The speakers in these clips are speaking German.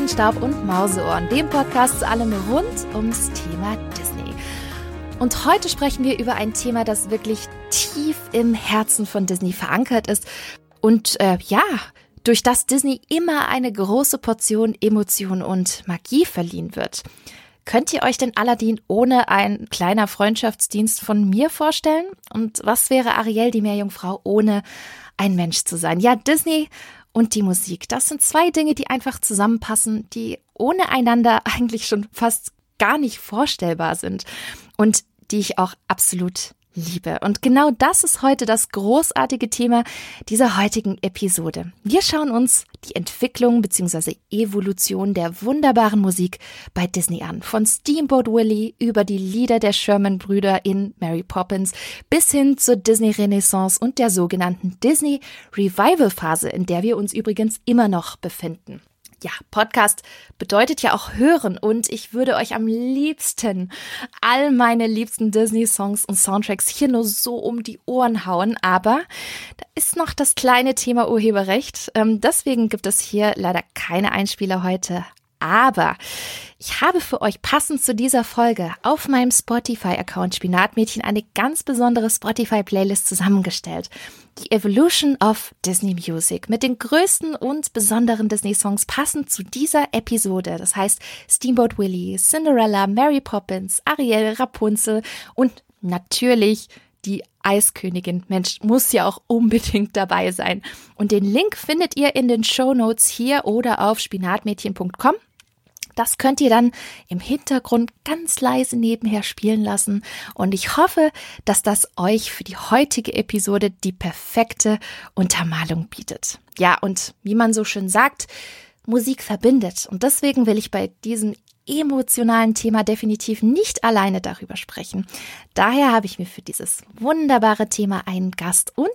Feenstaub und Mauseohren, dem Podcast zu allem rund ums Thema Disney. Und heute sprechen wir über ein Thema, das wirklich tief im Herzen von Disney verankert ist und durch das Disney immer eine große Portion Emotion und Magie verliehen wird. Könnt ihr euch denn Aladdin ohne ein kleiner Freundschaftsdienst von mir vorstellen? Und was wäre Ariel, die Meerjungfrau, ohne ein Mensch zu sein? Ja, Disney und die Musik, das sind zwei Dinge, die einfach zusammenpassen, die ohne einander eigentlich schon fast gar nicht vorstellbar sind und die ich auch absolut liebe. Und genau das ist heute das großartige Thema dieser heutigen Episode. Wir schauen uns die Entwicklung bzw. Evolution der wunderbaren Musik bei Disney an. Von Steamboat Willie über die Lieder der Sherman-Brüder in Mary Poppins bis hin zur Disney-Renaissance und der sogenannten Disney-Revival-Phase, in der wir uns übrigens immer noch befinden. Ja, Podcast bedeutet ja auch hören und ich würde euch am liebsten all meine liebsten Disney-Songs und Soundtracks hier nur so um die Ohren hauen, aber da ist noch das kleine Thema Urheberrecht. Deswegen gibt es hier leider keine Einspieler heute. Aber ich habe für euch passend zu dieser Folge auf meinem Spotify-Account Spinatmädchen eine ganz besondere Spotify-Playlist zusammengestellt. Die Evolution of Disney Music mit den größten und besonderen Disney-Songs passend zu dieser Episode. Das heißt Steamboat Willie, Cinderella, Mary Poppins, Ariel, Rapunzel und natürlich die Eiskönigin. Mensch, muss ja auch unbedingt dabei sein. Und den Link findet ihr in den Shownotes hier oder auf spinatmädchen.com. Das könnt ihr dann im Hintergrund ganz leise nebenher spielen lassen und ich hoffe, dass das euch für die heutige Episode die perfekte Untermalung bietet. Ja, und wie man so schön sagt, Musik verbindet und deswegen will ich bei diesem emotionalen Thema definitiv nicht alleine darüber sprechen. Daher habe ich mir für dieses wunderbare Thema einen Gast und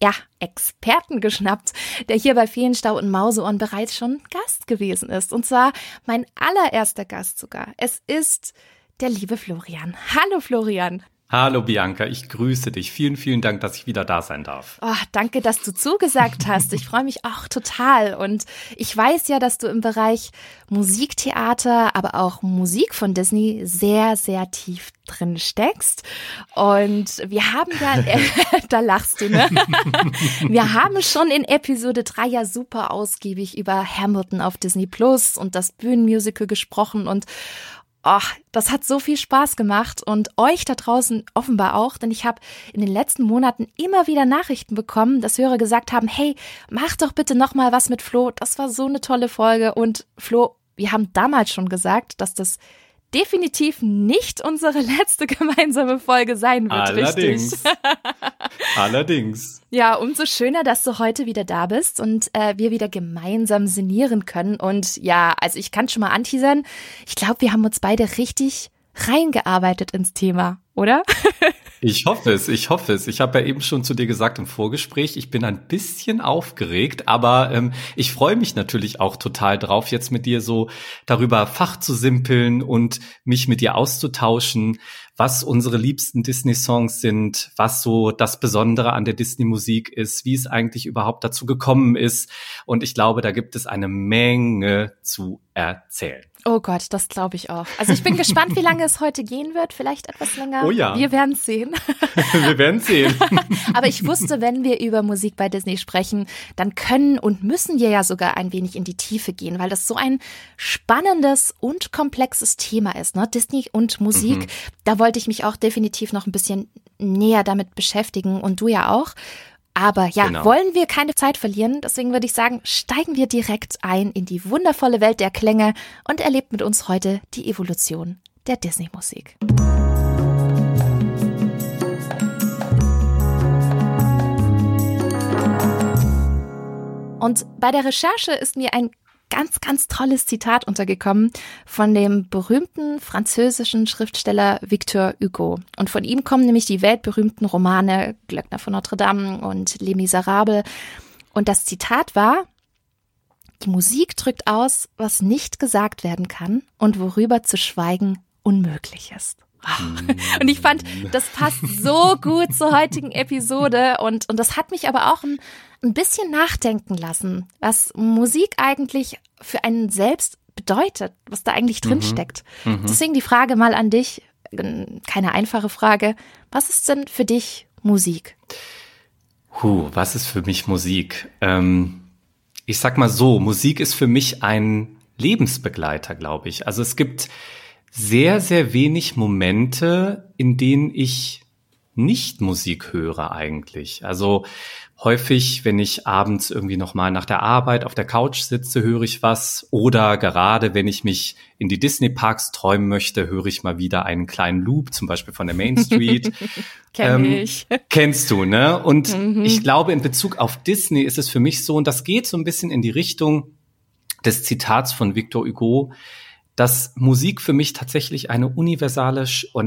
Experten geschnappt, der hier bei Feenstaub und Mauseohren bereits schon Gast gewesen ist. Und zwar mein allererster Gast sogar. Es ist der liebe Florian. Hallo Florian. Hallo Bianca, ich grüße dich. Vielen, vielen Dank, dass ich wieder da sein darf. Oh, danke, dass du zugesagt hast. Ich freue mich auch total. Und ich weiß ja, dass du im Bereich Musiktheater, aber auch Musik von Disney sehr, sehr tief drin steckst. Und wir haben ja, da lachst du, ne? Wir haben schon in Episode 3 ja super ausgiebig über Hamilton auf Disney Plus und das Bühnenmusical gesprochen und das hat so viel Spaß gemacht und euch da draußen offenbar auch, denn ich habe in den letzten Monaten immer wieder Nachrichten bekommen, dass Hörer gesagt haben, hey, mach doch bitte nochmal was mit Flo, das war so eine tolle Folge und Flo, wir haben damals schon gesagt, dass das definitiv nicht unsere letzte gemeinsame Folge sein wird, Allerdings. Richtig? Allerdings. Ja, umso schöner, dass du heute wieder da bist und wir wieder gemeinsam sinnieren können. Und ja, also ich kann schon mal anteasern, ich glaube, wir haben uns beide richtig reingearbeitet ins Thema, oder? Ich hoffe es. Ich habe ja eben schon zu dir gesagt im Vorgespräch, ich bin ein bisschen aufgeregt, aber ich freue mich natürlich auch total drauf, jetzt mit dir so darüber fachzusimpeln und mich mit dir auszutauschen, was unsere liebsten Disney-Songs sind, was so das Besondere an der Disney-Musik ist, wie es eigentlich überhaupt dazu gekommen ist. Und ich glaube, da gibt es eine Menge zu erzählen. Oh Gott, das glaube ich auch. Also ich bin gespannt, wie lange es heute gehen wird. Vielleicht etwas länger. Oh ja. Wir werden es sehen. Wir werden es sehen. Aber ich wusste, wenn wir über Musik bei Disney sprechen, dann können und müssen wir ja sogar ein wenig in die Tiefe gehen, weil das so ein spannendes und komplexes Thema ist, ne? Disney und Musik. Da wollte ich mich auch definitiv noch ein bisschen näher damit beschäftigen und du ja auch. Aber ja, genau. Wollen wir keine Zeit verlieren, deswegen würde ich sagen, steigen wir direkt ein in die wundervolle Welt der Klänge und erlebt mit uns heute die Evolution der Disney-Musik. Und bei der Recherche ist mir ein ganz, ganz tolles Zitat untergekommen von dem berühmten französischen Schriftsteller Victor Hugo. Und von ihm kommen nämlich die weltberühmten Romane Glöckner von Notre Dame und Les Miserables. Und das Zitat war: Die Musik drückt aus, was nicht gesagt werden kann und worüber zu schweigen unmöglich ist. Und ich fand, das passt so gut zur heutigen Episode und das hat mich aber auch ein bisschen nachdenken lassen, was Musik eigentlich für einen selbst bedeutet, was da eigentlich drin steckt. Deswegen die Frage mal an dich, keine einfache Frage. Was ist denn für dich Musik? Was ist für mich Musik? Ich sag mal so, Musik ist für mich ein Lebensbegleiter, glaube ich. Also es gibt sehr, sehr wenig Momente, in denen ich nicht Musik höre eigentlich. Also häufig, wenn ich abends irgendwie nochmal nach der Arbeit auf der Couch sitze, höre ich was. Oder gerade, wenn ich mich in die Disney-Parks träumen möchte, höre ich mal wieder einen kleinen Loop, zum Beispiel von der Main Street. Kenn ich. Kennst du, ne? Und ich glaube, in Bezug auf Disney ist es für mich so, und das geht so ein bisschen in die Richtung des Zitats von Victor Hugo, dass Musik für mich tatsächlich eine universelle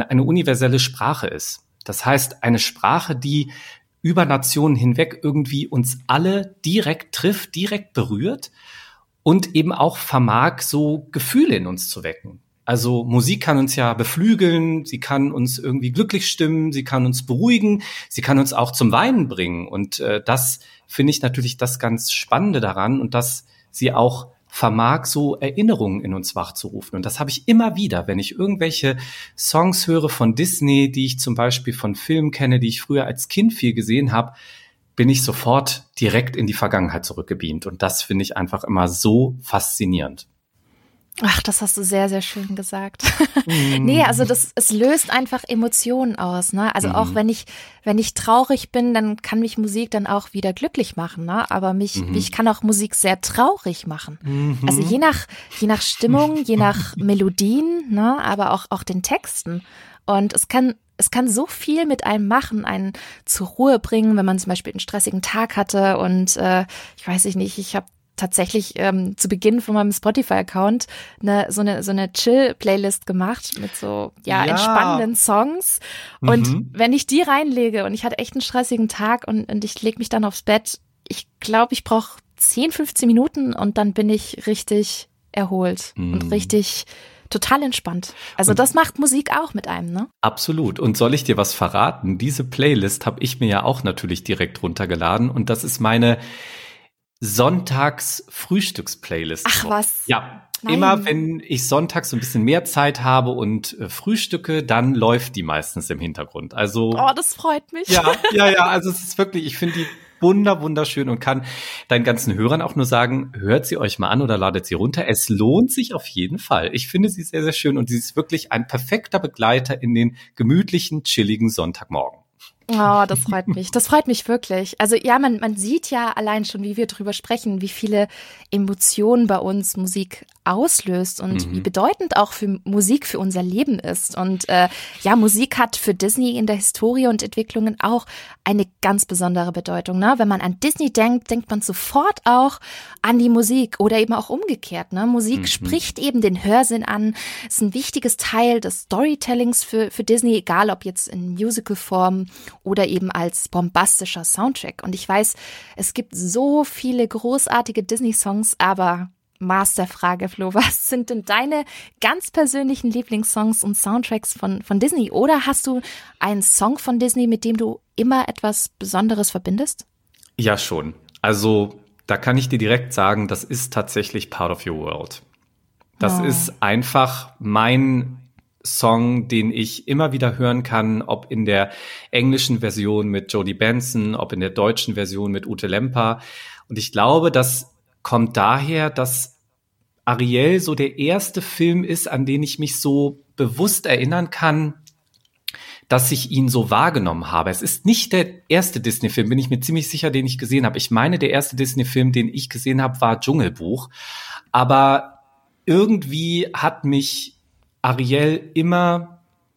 Sprache ist. Das heißt, eine Sprache, die über Nationen hinweg irgendwie uns alle direkt trifft, direkt berührt und eben auch vermag, so Gefühle in uns zu wecken. Also Musik kann uns ja beflügeln, sie kann uns irgendwie glücklich stimmen, sie kann uns beruhigen, sie kann uns auch zum Weinen bringen. Und das finde ich natürlich das ganz Spannende daran und dass sie auch vermag, so Erinnerungen in uns wachzurufen. Und das habe ich immer wieder, wenn ich irgendwelche Songs höre von Disney, die ich zum Beispiel von Filmen kenne, die ich früher als Kind viel gesehen habe, bin ich sofort direkt in die Vergangenheit zurückgebeamt. Und das finde ich einfach immer so faszinierend. Ach, das hast du sehr, sehr schön gesagt. Nee, also es löst einfach Emotionen aus, ne? Also auch wenn ich traurig bin, dann kann mich Musik dann auch wieder glücklich machen, ne? Aber mich kann auch Musik sehr traurig machen. Also je nach Stimmung, je nach Melodien, ne? Aber auch den Texten. Und es kann so viel mit einem machen, einen zur Ruhe bringen, wenn man zum Beispiel einen stressigen Tag hatte und ich weiß nicht, ich habe tatsächlich zu Beginn von meinem Spotify-Account so eine Chill-Playlist gemacht mit so entspannenden Songs. Und wenn ich die reinlege und ich hatte echt einen stressigen Tag und ich lege mich dann aufs Bett, ich glaube, ich brauche 10, 15 Minuten und dann bin ich richtig erholt und richtig total entspannt. Also das macht Musik auch mit einem, ne? Absolut. Und soll ich dir was verraten? Diese Playlist habe ich mir ja auch natürlich direkt runtergeladen und das ist meine Sonntags-Frühstücks-Playlist. Ach was? Ja, Nein. Immer wenn ich sonntags so ein bisschen mehr Zeit habe und frühstücke, dann läuft die meistens im Hintergrund. Also das freut mich. Ja, also es ist wirklich, ich finde die wunderschön und kann deinen ganzen Hörern auch nur sagen, hört sie euch mal an oder ladet sie runter. Es lohnt sich auf jeden Fall. Ich finde sie sehr, sehr schön und sie ist wirklich ein perfekter Begleiter in den gemütlichen, chilligen Sonntagmorgen. Oh, das freut mich. Das freut mich wirklich. Also ja, man sieht ja allein schon, wie wir drüber sprechen, wie viele Emotionen bei uns Musik auslöst und wie bedeutend auch für Musik für unser Leben ist. Und Musik hat für Disney in der Historie und Entwicklungen auch eine ganz besondere Bedeutung. Ne? Wenn man an Disney denkt, denkt man sofort auch an die Musik oder eben auch umgekehrt. Ne? Musik spricht eben den Hörsinn an, ist ein wichtiges Teil des Storytellings für Disney, egal ob jetzt in Musical-Form oder eben als bombastischer Soundtrack. Und ich weiß, es gibt so viele großartige Disney-Songs, aber Masterfrage, Flo, was sind denn deine ganz persönlichen Lieblingssongs und Soundtracks von Disney? Oder hast du einen Song von Disney, mit dem du immer etwas Besonderes verbindest? Ja, schon. Also da kann ich dir direkt sagen, das ist tatsächlich Part of Your World. Das ist einfach mein Song, den ich immer wieder hören kann, ob in der englischen Version mit Jodie Benson, ob in der deutschen Version mit Ute Lemper. Und ich glaube, das kommt daher, dass Ariel so der erste Film ist, an den ich mich so bewusst erinnern kann, dass ich ihn so wahrgenommen habe. Es ist nicht der erste Disney-Film, bin ich mir ziemlich sicher, den ich gesehen habe. Ich meine, der erste Disney-Film, den ich gesehen habe, war Dschungelbuch. Aber irgendwie hat mich Ariel immer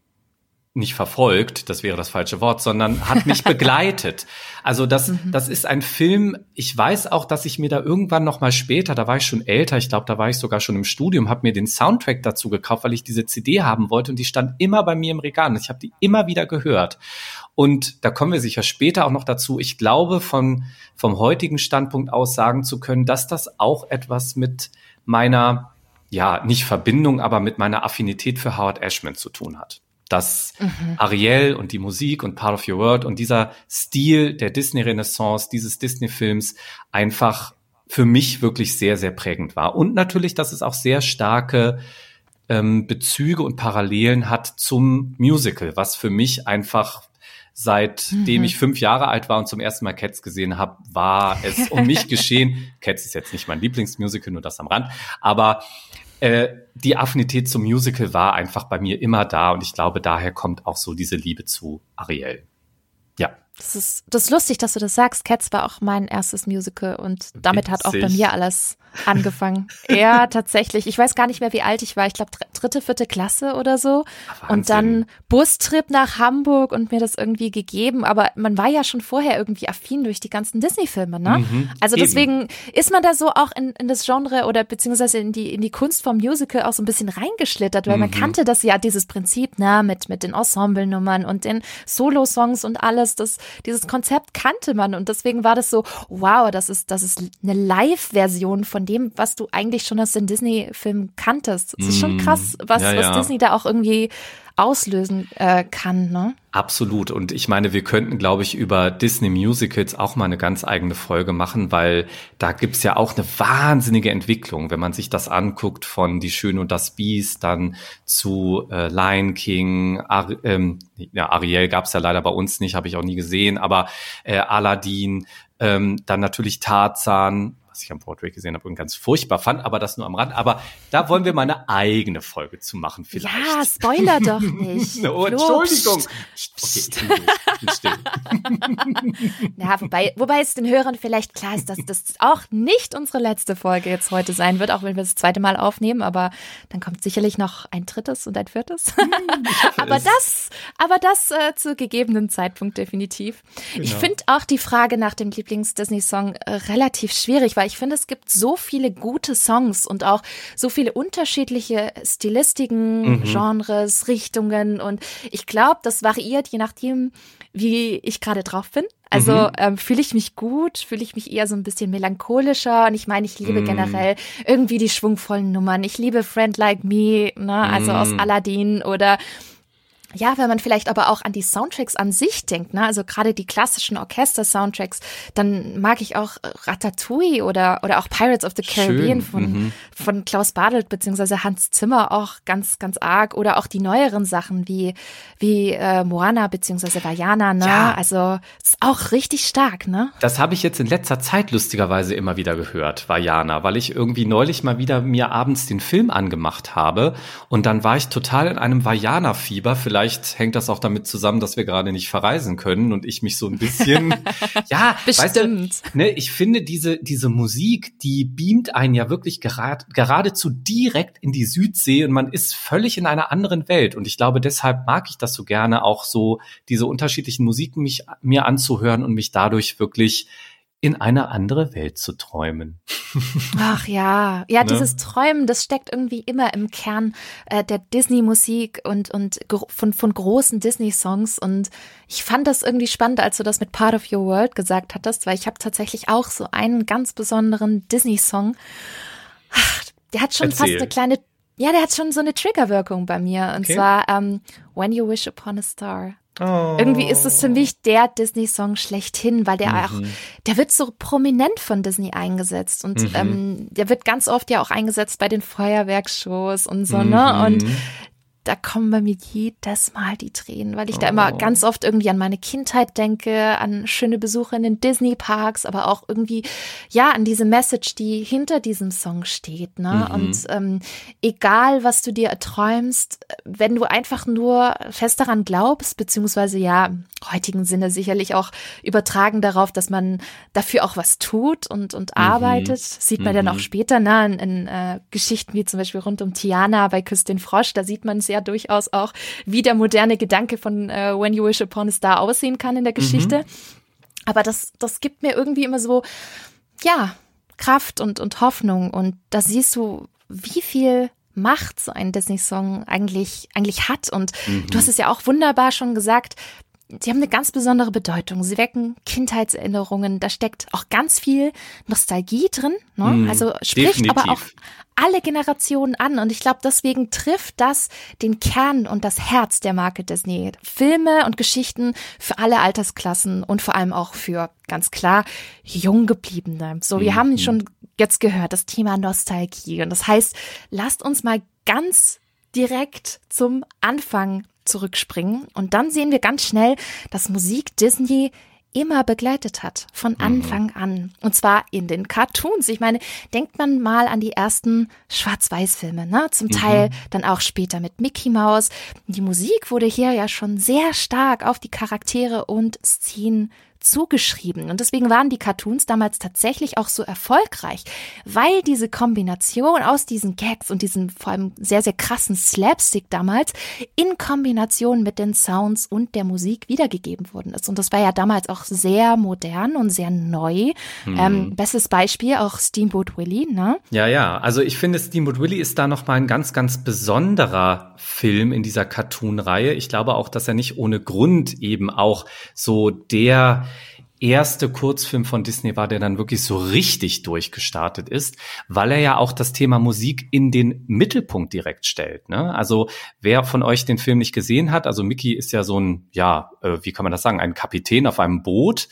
nicht verfolgt, das wäre das falsche Wort, sondern hat mich begleitet. Also das ist ein Film, ich weiß auch, dass ich mir da irgendwann noch mal später, da war ich schon älter, ich glaube, da war ich sogar schon im Studium, habe mir den Soundtrack dazu gekauft, weil ich diese CD haben wollte und die stand immer bei mir im Regal und ich habe die immer wieder gehört. Und da kommen wir sicher später auch noch dazu. Ich glaube, vom heutigen Standpunkt aus sagen zu können, dass das auch etwas mit meiner, ja, nicht Verbindung, aber mit meiner Affinität für Howard Ashman zu tun hat. Dass Ariel und die Musik und Part of Your World und dieser Stil der Disney-Renaissance, dieses Disney-Films einfach für mich wirklich sehr, sehr prägend war. Und natürlich, dass es auch sehr starke Bezüge und Parallelen hat zum Musical, was für mich einfach seitdem ich 5 Jahre alt war und zum ersten Mal Cats gesehen habe, war es um mich geschehen. Cats ist jetzt nicht mein Lieblingsmusical, nur das am Rand, aber die Affinität zum Musical war einfach bei mir immer da und ich glaube, daher kommt auch so diese Liebe zu Ariel. Ja. Das ist lustig, dass du das sagst. Cats war auch mein erstes Musical und damit hat auch bei mir alles angefangen. Ja, tatsächlich. Ich weiß gar nicht mehr, wie alt ich war. Ich glaube, 3., 4. Klasse oder so. Wahnsinn. Und dann Bustrip nach Hamburg und mir das irgendwie gegeben. Aber man war ja schon vorher irgendwie affin durch die ganzen Disney-Filme, ne? Also deswegen ist man da so auch in das Genre oder beziehungsweise in die Kunst vom Musical auch so ein bisschen reingeschlittert, weil man kannte das ja, dieses Prinzip, ne, mit den Ensemble-Nummern und den Solo-Songs und alles. Dieses Konzept kannte man und deswegen war das so, wow, das ist eine Live-Version von dem, was du eigentlich schon aus den Disney-Filmen kanntest. Es ist schon krass, was Disney da auch irgendwie auslösen kann, ne? Absolut. Und ich meine, wir könnten, glaube ich, über Disney Musicals auch mal eine ganz eigene Folge machen, weil da gibt's ja auch eine wahnsinnige Entwicklung, wenn man sich das anguckt, von Die Schöne und das Biest dann zu Lion King, Ariel gab's ja leider bei uns nicht, habe ich auch nie gesehen, aber Aladdin, dann natürlich Tarzan, was ich am Broadway gesehen habe und ganz furchtbar fand, aber das nur am Rand. Aber da wollen wir mal eine eigene Folge zu machen vielleicht. Ja, Spoiler doch nicht. Oh, Entschuldigung. Okay, ich bin still. Ja, wobei es den Hörern vielleicht klar ist, dass das auch nicht unsere letzte Folge jetzt heute sein wird, auch wenn wir das 2. Mal aufnehmen, aber dann kommt sicherlich noch ein 3. und ein 4. aber das zu gegebenen Zeitpunkt definitiv. Genau. Ich finde auch die Frage nach dem Lieblings-Disney-Song relativ schwierig, weil ich finde, es gibt so viele gute Songs und auch so viele unterschiedliche Stilistiken, Genres, Richtungen und ich glaube, das variiert je nachdem, wie ich gerade drauf bin. Also fühle ich mich gut, fühle ich mich eher so ein bisschen melancholischer und ich meine, ich liebe generell irgendwie die schwungvollen Nummern. Ich liebe Friend Like Me, ne, also aus Aladdin oder ja, wenn man vielleicht aber auch an die Soundtracks an sich denkt, ne, also gerade die klassischen Orchester-Soundtracks, dann mag ich auch Ratatouille oder auch Pirates of the Caribbean von Klaus Badelt beziehungsweise Hans Zimmer auch ganz, ganz arg oder auch die neueren Sachen wie Moana beziehungsweise Vaiana, ne, also ist auch richtig stark, ne. Das habe ich jetzt in letzter Zeit lustigerweise immer wieder gehört, Vaiana, weil ich irgendwie neulich mal wieder mir abends den Film angemacht habe und dann war ich total in einem Vaiana-Fieber. Vielleicht hängt das auch damit zusammen, dass wir gerade nicht verreisen können und ich mich so ein bisschen, ja, bestimmt. Weißt du, ne, ich finde diese Musik, die beamt einen ja wirklich geradezu direkt in die Südsee und man ist völlig in einer anderen Welt und ich glaube, deshalb mag ich das so gerne, auch so diese unterschiedlichen Musiken mir anzuhören und mich dadurch wirklich in eine andere Welt zu träumen. Ach ja, ne? Dieses Träumen, das steckt irgendwie immer im Kern der Disney-Musik und von großen Disney-Songs und ich fand das irgendwie spannend, als du das mit Part of Your World gesagt hattest, weil ich habe tatsächlich auch so einen ganz besonderen Disney-Song. Ach, der hat schon fast eine kleine, der hat schon so eine Triggerwirkung bei mir und zwar When You Wish Upon a Star. Oh. Irgendwie ist es für mich der Disney-Song schlechthin, weil der wird so prominent von Disney eingesetzt und der wird ganz oft ja auch eingesetzt bei den Feuerwerksshows und so, ne? Und da kommen bei mir jedes Mal die Tränen, weil ich da immer ganz oft irgendwie an meine Kindheit denke, an schöne Besuche in den Disney-Parks, aber auch irgendwie, ja, an diese Message, die hinter diesem Song steht, ne? Und egal, was du dir erträumst, wenn du einfach nur fest daran glaubst, beziehungsweise ja, im heutigen Sinne sicherlich auch übertragen darauf, dass man dafür auch was tut und arbeitet, sieht man dann auch später, ne? In Geschichten wie zum Beispiel rund um Tiana bei Küss den Frosch, da sieht man es ja durchaus auch, wie der moderne Gedanke von When You Wish Upon a Star aussehen kann in der Geschichte. Aber das gibt mir irgendwie immer so, ja, Kraft und Hoffnung. Und da siehst du, wie viel Macht so ein Disney-Song eigentlich hat. Und du hast es ja auch wunderbar schon gesagt, sie haben eine ganz besondere Bedeutung. Sie wecken Kindheitserinnerungen. Da steckt auch ganz viel Nostalgie drin. Ne? Also spricht definitiv. Aber auch alle Generationen an. Und ich glaube, deswegen trifft das den Kern und das Herz der Marke Disney. Filme und Geschichten für alle Altersklassen und vor allem auch für, ganz klar, Junggebliebene. So, wir haben schon jetzt gehört, das Thema Nostalgie. Und das heißt, lasst uns mal ganz direkt zum Anfang zurückspringen. Und dann sehen wir ganz schnell, dass Musik Disney immer begleitet hat, von Anfang an. Und zwar in den Cartoons. Ich meine, denkt man mal an die ersten Schwarz-Weiß-Filme, ne? Zum Teil dann auch später mit Mickey Mouse. Die Musik wurde hier ja schon sehr stark auf die Charaktere und Szenen zugeschrieben. Und deswegen waren die Cartoons damals tatsächlich auch so erfolgreich, weil diese Kombination aus diesen Gags und diesem vor allem sehr, sehr krassen Slapstick damals in Kombination mit den Sounds und der Musik wiedergegeben worden ist. Und das war ja damals auch sehr modern und sehr neu. Bestes Beispiel auch Steamboat Willie, ne? Ja. Also ich finde, Steamboat Willie ist da nochmal ein ganz, ganz besonderer Film in dieser Cartoon-Reihe. Ich glaube auch, dass er nicht ohne Grund eben auch so der erste Kurzfilm von Disney war, der dann wirklich so richtig durchgestartet ist, weil er ja auch das Thema Musik in den Mittelpunkt direkt stellt, ne? Also wer von euch den Film nicht gesehen hat, also Mickey ist ja so ein, wie kann man das sagen, ein Kapitän auf einem Boot.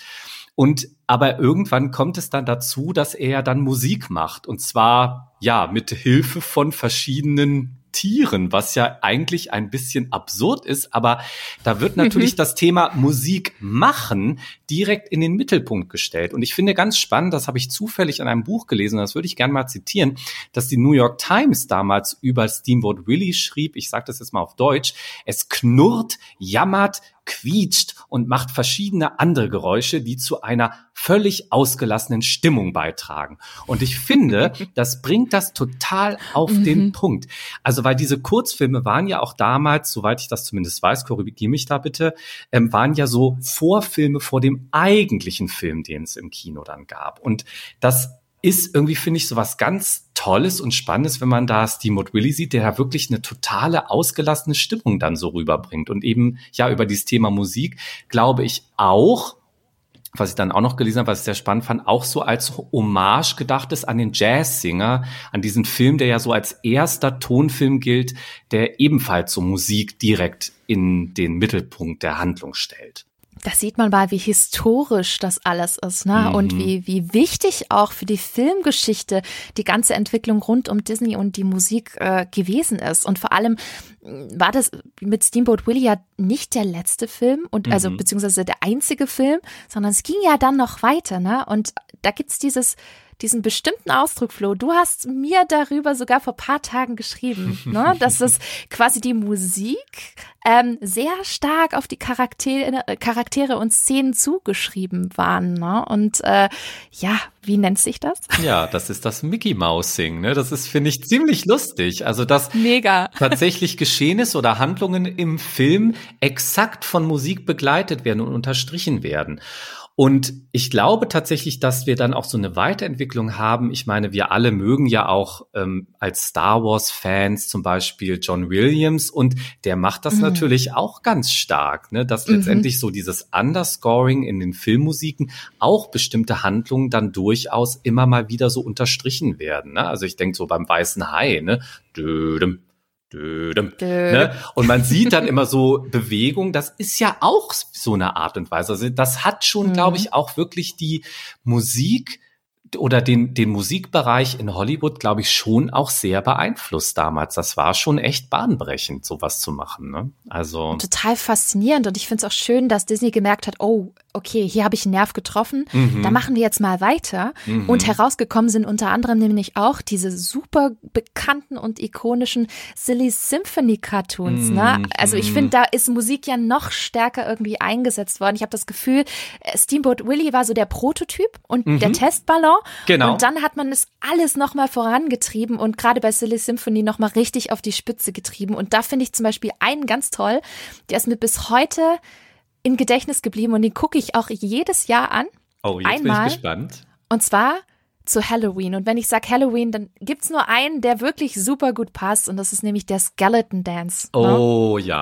Aber irgendwann kommt es dann dazu, dass er dann Musik macht. Und zwar, mit Hilfe von verschiedenen Tieren, was ja eigentlich ein bisschen absurd ist, aber da wird natürlich das Thema Musik machen direkt in den Mittelpunkt gestellt. Und ich finde ganz spannend, das habe ich zufällig in einem Buch gelesen, und das würde ich gerne mal zitieren, dass die New York Times damals über Steamboat Willie schrieb, ich sage das jetzt mal auf Deutsch, es knurrt, jammert, quietscht und macht verschiedene andere Geräusche, die zu einer völlig ausgelassenen Stimmung beitragen. Und ich finde, das bringt das total auf den Punkt. Also, weil diese Kurzfilme waren ja auch damals, soweit ich das zumindest weiß, korrigiere mich da bitte, waren ja so Vorfilme vor dem eigentlichen Film, den es im Kino dann gab. Und das ist irgendwie, finde ich, so was ganz Tolles und Spannendes, wenn man da Steamboat Willie sieht, der da wirklich eine totale ausgelassene Stimmung dann so rüberbringt. Und eben, über dieses Thema Musik, glaube ich auch, was ich dann auch noch gelesen habe, was ich sehr spannend fand, auch so als Hommage gedacht ist an den Jazzsinger, an diesen Film, der ja so als erster Tonfilm gilt, der ebenfalls so Musik direkt in den Mittelpunkt der Handlung stellt. Das sieht man mal, wie historisch das alles ist, ne? Und wie wichtig auch für die Filmgeschichte die ganze Entwicklung rund um Disney und die Musik gewesen ist. Und vor allem war das mit Steamboat Willie ja nicht der letzte Film und also beziehungsweise der einzige Film, sondern es ging ja dann noch weiter, ne? Und da gibt's diesen bestimmten Ausdruck, Flo, du hast mir darüber sogar vor ein paar Tagen geschrieben, ne? Dass es quasi die Musik sehr stark auf die Charaktere und Szenen zugeschrieben waren, ne? Und wie nennt sich das? Ja, das ist das Mickey Mousing, ne? Das ist, finde ich, ziemlich lustig. Also, dass mega tatsächlich geschehen ist oder Handlungen im Film exakt von Musik begleitet werden und unterstrichen werden. Und ich glaube tatsächlich, dass wir dann auch so eine Weiterentwicklung haben. Ich meine, wir alle mögen ja auch als Star Wars-Fans zum Beispiel John Williams und der macht das natürlich auch ganz stark, ne? Dass letztendlich so dieses Underscoring in den Filmmusiken auch bestimmte Handlungen dann durchaus immer mal wieder so unterstrichen werden, ne? Also ich denke so beim Weißen Hai, ne? Ne? Und man sieht dann immer so Bewegung, das ist ja auch so eine Art und Weise. Also das hat schon, glaube ich, auch wirklich die Musik oder den Musikbereich in Hollywood, glaube ich, schon auch sehr beeinflusst damals. Das war schon echt bahnbrechend, sowas zu machen, ne? Also total faszinierend und ich finde es auch schön, dass Disney gemerkt hat, oh, okay, hier habe ich einen Nerv getroffen, da machen wir jetzt mal weiter. Und herausgekommen sind unter anderem nämlich auch diese super bekannten und ikonischen Silly Symphony Cartoons, ne? Also ich finde, da ist Musik ja noch stärker irgendwie eingesetzt worden. Ich habe das Gefühl, Steamboat Willie war so der Prototyp und der Testballon. Genau. Und dann hat man es alles nochmal vorangetrieben und gerade bei Silly Symphony nochmal richtig auf die Spitze getrieben. Und da finde ich zum Beispiel einen ganz toll, der ist mir bis heute im Gedächtnis geblieben und den gucke ich auch jedes Jahr an. Oh, jetzt bin ich gespannt. Und zwar zu Halloween. Und wenn ich sage Halloween, dann gibt es nur einen, der wirklich super gut passt und das ist nämlich der Skeleton Dance. Oh, ne? Ja.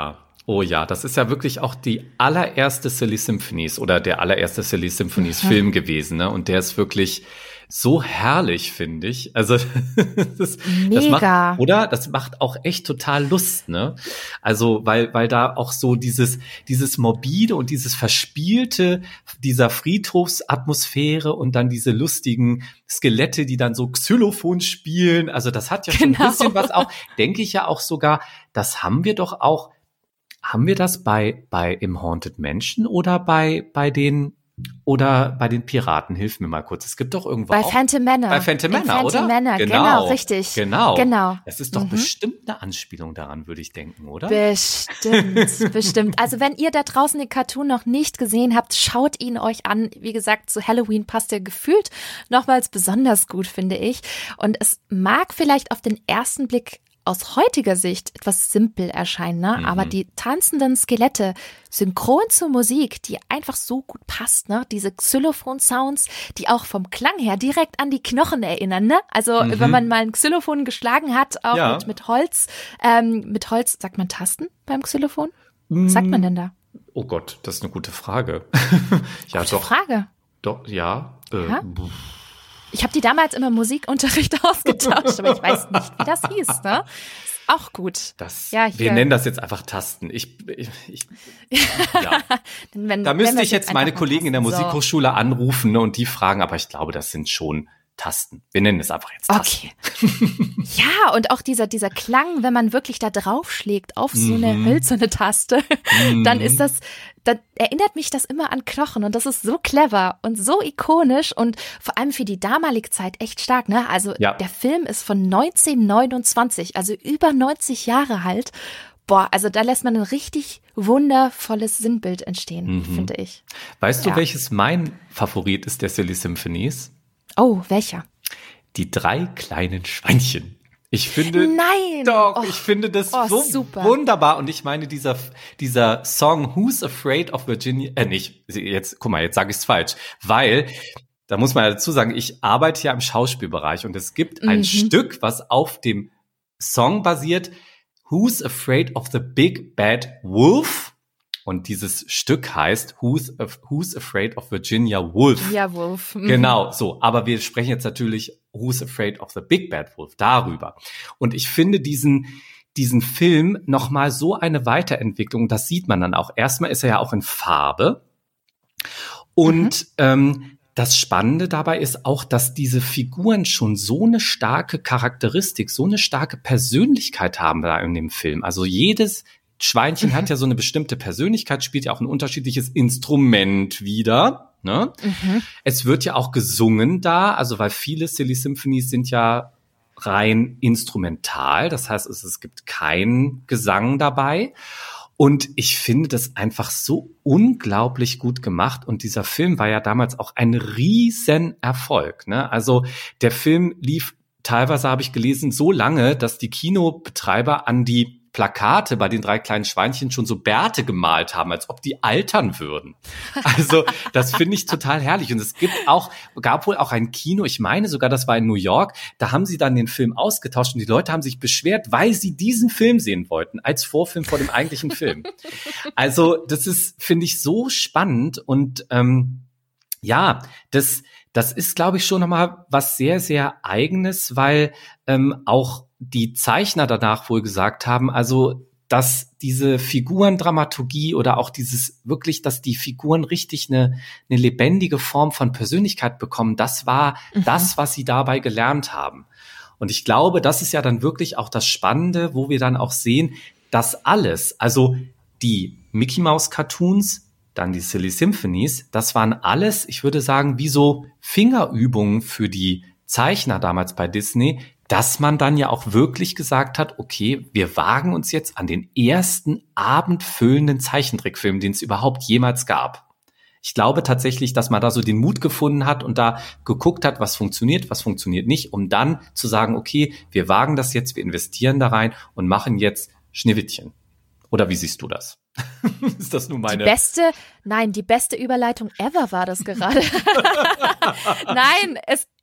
Oh ja, das ist ja wirklich auch die allererste Silly Symphonies oder der allererste Silly Symphonies Film gewesen, ne? Und der ist wirklich so herrlich, finde ich. Also Mega. Das macht auch echt total Lust, ne? Also weil da auch so dieses morbide und dieses verspielte dieser Friedhofsatmosphäre und dann diese lustigen Skelette, die dann so Xylophon spielen. Also das hat ja schon ein bisschen was auch, denke ich ja auch sogar. Das haben wir doch auch. Haben wir das bei im Haunted Mansion oder bei den Piraten? Hilf mir mal kurz. Es gibt doch irgendwo bei Phantom Manor. Bei Phantom Manor, oder? Phantom Manor, genau, richtig. Genau. Das ist doch bestimmt eine Anspielung daran, würde ich denken, oder? Bestimmt. Also wenn ihr da draußen den Cartoon noch nicht gesehen habt, schaut ihn euch an. Wie gesagt, zu Halloween passt er gefühlt nochmals besonders gut, finde ich. Und es mag vielleicht auf den ersten Blick aus heutiger Sicht etwas simpel erscheinen, ne? Aber die tanzenden Skelette, synchron zur Musik, die einfach so gut passt, ne? Diese Xylophon-Sounds, die auch vom Klang her direkt an die Knochen erinnern, ne? Also wenn man mal ein Xylophon geschlagen hat, auch mit Holz, sagt man Tasten beim Xylophon? Was sagt man denn da? Oh Gott, das ist eine gute Frage. Ja, gute Frage. Doch, ja. Ich habe die damals immer im Musikunterricht ausgetauscht, aber ich weiß nicht, wie das hieß, ne? Ist auch gut. Wir nennen das jetzt einfach Tasten. Ja. Da müsste ich jetzt meine Kollegen in der Musikhochschule anrufen, ne, und die fragen, aber ich glaube, das sind schon Tasten. Wir nennen es einfach jetzt Tasten. Okay. Ja, und auch dieser Klang, wenn man wirklich da draufschlägt auf so eine hölzerne Taste, dann erinnert mich das immer an Knochen und das ist so clever und so ikonisch und vor allem für die damalige Zeit echt stark, ne? Also der Film ist von 1929, also über 90 Jahre alt. Boah, also da lässt man ein richtig wundervolles Sinnbild entstehen, finde ich. Weißt du, welches mein Favorit ist der Silly Symphonies? Oh, welcher? Die 3 kleinen Schweinchen. Ich finde, Nein! Ich finde das so super. Wunderbar. Und ich meine, dieser Song Who's Afraid of Virginia, jetzt sage ich es falsch, weil, da muss man ja dazu sagen, ich arbeite ja im Schauspielbereich und es gibt ein Stück, was auf dem Song basiert, Who's Afraid of the Big Bad Wolf? Und dieses Stück heißt Who's Afraid of Virginia Woolf? Ja, Wolf. Genau, so. Aber wir sprechen jetzt natürlich Who's Afraid of the Big Bad Wolf, darüber. Und ich finde diesen Film nochmal so eine Weiterentwicklung, das sieht man dann auch. Erstmal ist er ja auch in Farbe. Und das Spannende dabei ist auch, dass diese Figuren schon so eine starke Charakteristik, so eine starke Persönlichkeit haben da in dem Film. Also jedes Schweinchen hat ja so eine bestimmte Persönlichkeit, spielt ja auch ein unterschiedliches Instrument wieder. Ne? Es wird ja auch gesungen da, also weil viele Silly Symphonies sind ja rein instrumental. Das heißt, es gibt keinen Gesang dabei. Und ich finde das einfach so unglaublich gut gemacht. Und dieser Film war ja damals auch ein Riesenerfolg. Ne? Also der Film lief teilweise, habe ich gelesen, so lange, dass die Kinobetreiber an die Plakate bei den 3 kleinen Schweinchen schon so Bärte gemalt haben, als ob die altern würden. Also das finde ich total herrlich. Und es gab wohl auch ein Kino, ich meine sogar, das war in New York, da haben sie dann den Film ausgetauscht und die Leute haben sich beschwert, weil sie diesen Film sehen wollten, als Vorfilm vor dem eigentlichen Film. Also das ist, finde ich, so spannend und das ist, glaube ich, schon nochmal was sehr, sehr Eigenes, weil auch die Zeichner danach wohl gesagt haben, also dass diese Figurendramaturgie oder auch dieses wirklich, dass die Figuren richtig eine lebendige Form von Persönlichkeit bekommen, das war das, was sie dabei gelernt haben. Und ich glaube, das ist ja dann wirklich auch das Spannende, wo wir dann auch sehen, dass alles, also die Mickey Mouse Cartoons, dann die Silly Symphonies, das waren alles, ich würde sagen, wie so Fingerübungen für die Zeichner damals bei Disney, dass man dann ja auch wirklich gesagt hat, okay, wir wagen uns jetzt an den ersten abendfüllenden Zeichentrickfilm, den es überhaupt jemals gab. Ich glaube tatsächlich, dass man da so den Mut gefunden hat und da geguckt hat, was funktioniert nicht, um dann zu sagen, okay, wir wagen das jetzt, wir investieren da rein und machen jetzt Schneewittchen. Oder wie siehst du das? Ist das nun meine... Die beste Überleitung ever war das gerade. Nein,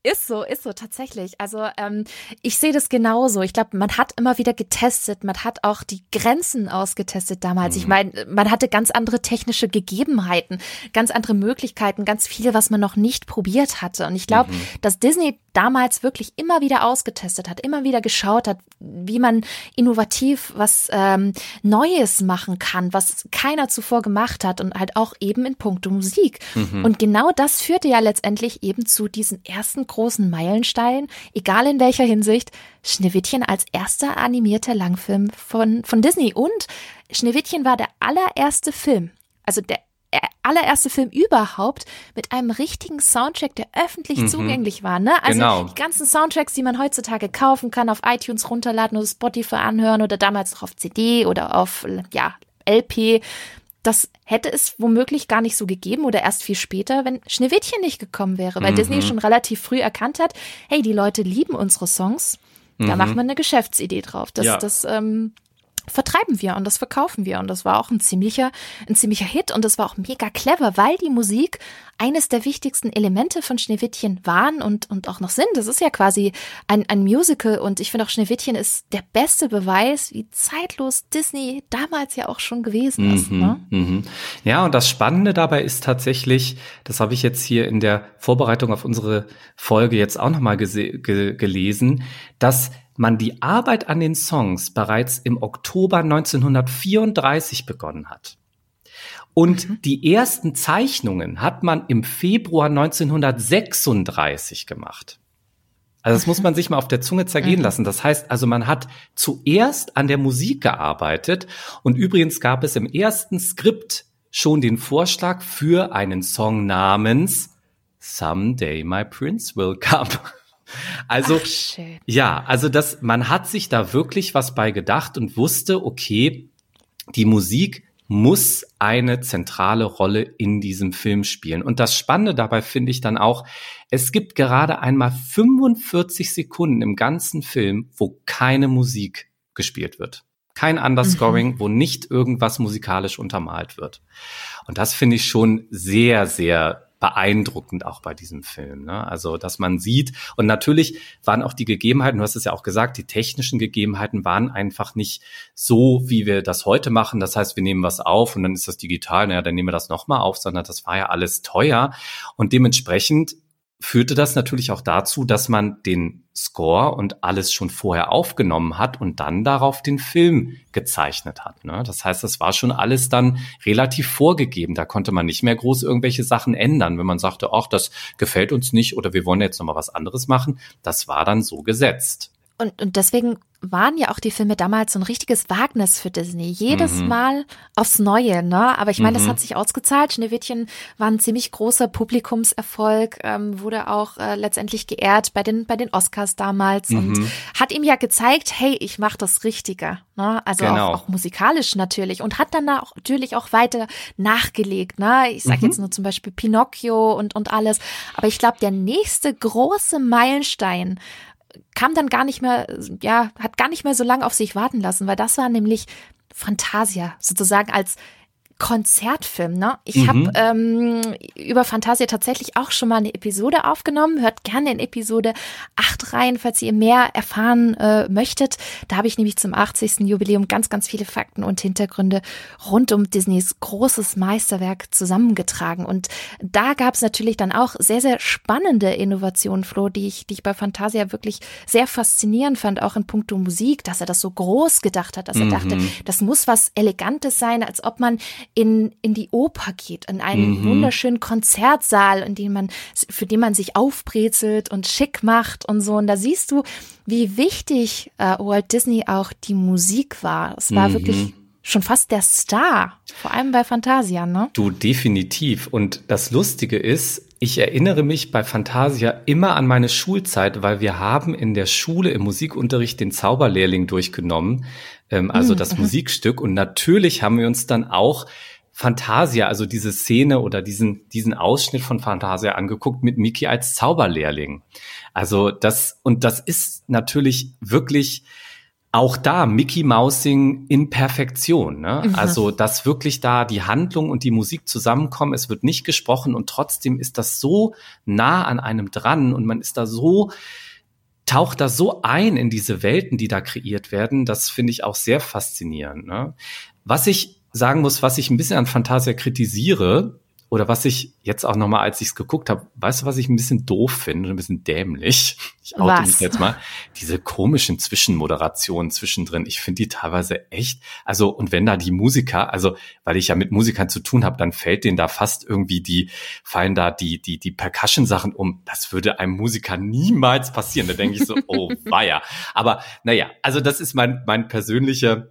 Ist so, tatsächlich. Also ich sehe das genauso. Ich glaube, man hat immer wieder getestet, man hat auch die Grenzen ausgetestet damals. Ich meine, man hatte ganz andere technische Gegebenheiten, ganz andere Möglichkeiten, ganz viel, was man noch nicht probiert hatte. Und ich glaube, dass Disney damals wirklich immer wieder ausgetestet hat, immer wieder geschaut hat, wie man innovativ was Neues machen kann, was keiner zuvor gemacht hat und halt auch eben in puncto Musik. Und genau das führte ja letztendlich eben zu diesen ersten großen Meilensteinen, egal in welcher Hinsicht, Schneewittchen als erster animierter Langfilm von Disney. Und Schneewittchen war der allererste Film, also der allererste Film überhaupt mit einem richtigen Soundtrack, der öffentlich zugänglich war. Ne? Also die ganzen Soundtracks, die man heutzutage kaufen kann, auf iTunes runterladen oder Spotify anhören oder damals noch auf CD oder auf LP, das hätte es womöglich gar nicht so gegeben oder erst viel später, wenn Schneewittchen nicht gekommen wäre, weil Disney schon relativ früh erkannt hat, hey, die Leute lieben unsere Songs, da macht man eine Geschäftsidee drauf. Das vertreiben wir und das verkaufen wir. Und das war auch ein ziemlicher Hit und das war auch mega clever, weil die Musik eines der wichtigsten Elemente von Schneewittchen waren und auch noch sind. Das ist ja quasi ein Musical und ich finde auch Schneewittchen ist der beste Beweis, wie zeitlos Disney damals ja auch schon gewesen ist. Ne? Ja, und das Spannende dabei ist tatsächlich, das habe ich jetzt hier in der Vorbereitung auf unsere Folge jetzt auch nochmal gelesen, dass man die Arbeit an den Songs bereits im Oktober 1934 begonnen hat. Und die ersten Zeichnungen hat man im Februar 1936 gemacht. Also das muss man sich mal auf der Zunge zergehen lassen. Das heißt, also man hat zuerst an der Musik gearbeitet und übrigens gab es im ersten Skript schon den Vorschlag für einen Song namens Someday My Prince Will Come. Also, man hat sich da wirklich was bei gedacht und wusste, okay, die Musik muss eine zentrale Rolle in diesem Film spielen. Und das Spannende dabei finde ich dann auch, es gibt gerade einmal 45 Sekunden im ganzen Film, wo keine Musik gespielt wird. Kein Underscoring, wo nicht irgendwas musikalisch untermalt wird. Und das finde ich schon sehr, sehr beeindruckend auch bei diesem Film, ne? Also, dass man sieht, und natürlich waren auch die Gegebenheiten, du hast es ja auch gesagt, die technischen Gegebenheiten waren einfach nicht so, wie wir das heute machen. Das heißt, wir nehmen was auf und dann ist das digital, naja, dann nehmen wir das nochmal auf, sondern das war ja alles teuer und dementsprechend führte das natürlich auch dazu, dass man den Score und alles schon vorher aufgenommen hat und dann darauf den Film gezeichnet hat, ne? Das heißt, das war schon alles dann relativ vorgegeben. Da konnte man nicht mehr groß irgendwelche Sachen ändern. Wenn man sagte, ach, das gefällt uns nicht oder wir wollen jetzt nochmal was anderes machen, das war dann so gesetzt. Und deswegen waren ja auch die Filme damals so ein richtiges Wagnis für Disney. Jedes Mal aufs Neue, ne? Aber ich meine, das hat sich ausgezahlt. Schneewittchen war ein ziemlich großer Publikumserfolg, wurde auch letztendlich geehrt bei den Oscars damals und hat ihm ja gezeigt, hey, ich mache das Richtige, ne? Also auch musikalisch natürlich und hat dann natürlich auch weiter nachgelegt, ne? Ich sage jetzt nur zum Beispiel Pinocchio und alles. Aber ich glaube, der nächste große Meilenstein kam dann gar nicht mehr, hat gar nicht mehr so lange auf sich warten lassen, weil das war nämlich Fantasia, sozusagen als Konzertfilm, ne? Ich habe über Fantasia tatsächlich auch schon mal eine Episode aufgenommen. Hört gerne in Episode 8 rein, falls ihr mehr erfahren möchtet. Da habe ich nämlich zum 80. Jubiläum ganz, ganz viele Fakten und Hintergründe rund um Disneys großes Meisterwerk zusammengetragen. Und da gab es natürlich dann auch sehr, sehr spannende Innovationen, Flo, die ich bei Fantasia wirklich sehr faszinierend fand, auch in puncto Musik, dass er das so groß gedacht hat, dass er dachte, das muss was Elegantes sein, als ob man in die Oper geht, in einen wunderschönen Konzertsaal, für den man sich aufbrezelt und schick macht und so. Und da siehst du, wie wichtig Walt Disney auch die Musik war. Es war wirklich schon fast der Star, vor allem bei Fantasia, ne? Du, definitiv. Und das Lustige ist, ich erinnere mich bei Fantasia immer an meine Schulzeit, weil wir haben in der Schule im Musikunterricht den Zauberlehrling durchgenommen, also das Musikstück. Und natürlich haben wir uns dann auch Fantasia, also diese Szene oder diesen Ausschnitt von Fantasia angeguckt mit Mickey als Zauberlehrling. Also das ist natürlich wirklich auch da Mickey Mousing in Perfektion, ne? Also, dass wirklich da die Handlung und die Musik zusammenkommen, es wird nicht gesprochen und trotzdem ist das so nah an einem dran und man ist da so, taucht da so ein in diese Welten, die da kreiert werden. Das finde ich auch sehr faszinierend, ne? Was ich sagen muss, was ich ein bisschen an Fantasia kritisiere, oder was ich jetzt auch nochmal, als ich es geguckt habe, weißt du, was ich ein bisschen doof finde, ein bisschen dämlich? Ich oute mich jetzt mal. Diese komischen Zwischenmoderationen zwischendrin, ich finde die teilweise echt, also und wenn da die Musiker, also weil ich ja mit Musikern zu tun habe, dann fällt denen da fast irgendwie fallen da die Percussion-Sachen um. Das würde einem Musiker niemals passieren. Da denke ich so, oh weia. Aber naja, also das ist meine persönliche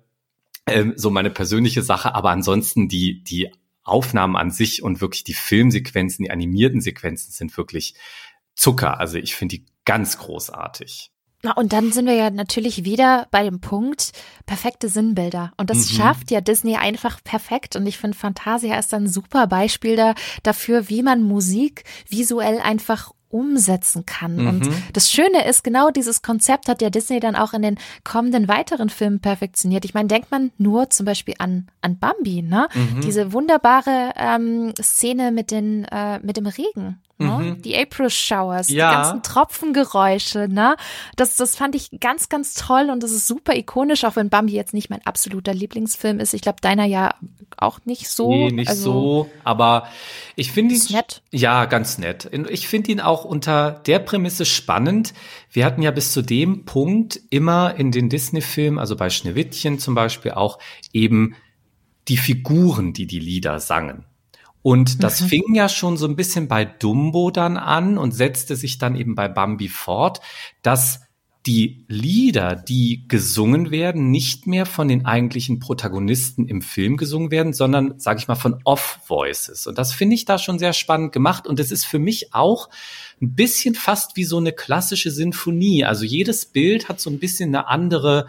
Sache, aber ansonsten die Aufnahmen an sich und wirklich die Filmsequenzen, die animierten Sequenzen sind wirklich Zucker. Also ich finde die ganz großartig. Na, und dann sind wir ja natürlich wieder bei dem Punkt, perfekte Sinnbilder. Und das schafft ja Disney einfach perfekt. Und ich finde, Fantasia ist ein super Beispiel dafür, wie man Musik visuell einfach umsetzen kann. Und das Schöne ist, genau dieses Konzept hat ja Disney dann auch in den kommenden weiteren Filmen perfektioniert. Ich meine, denkt man nur zum Beispiel an Bambi, ne? Diese wunderbare Szene mit dem Regen. Ne? Die April Showers, die ganzen Tropfengeräusche, ne? Das fand ich ganz, ganz toll und das ist super ikonisch, auch wenn Bambi jetzt nicht mein absoluter Lieblingsfilm ist. Ich glaube, deiner ja auch nicht so. Nee, nicht so, aber ich finde ihn nett. Ja, ganz nett. Ich finde ihn auch unter der Prämisse spannend. Wir hatten ja bis zu dem Punkt immer in den Disney-Filmen, also bei Schneewittchen zum Beispiel auch eben die Figuren, die Lieder sangen. Und das fing ja schon so ein bisschen bei Dumbo dann an und setzte sich dann eben bei Bambi fort, dass die Lieder, die gesungen werden, nicht mehr von den eigentlichen Protagonisten im Film gesungen werden, sondern, sage ich mal, von Off-Voices. Und das finde ich da schon sehr spannend gemacht. Und es ist für mich auch ein bisschen fast wie so eine klassische Sinfonie. Also jedes Bild hat so ein bisschen eine andere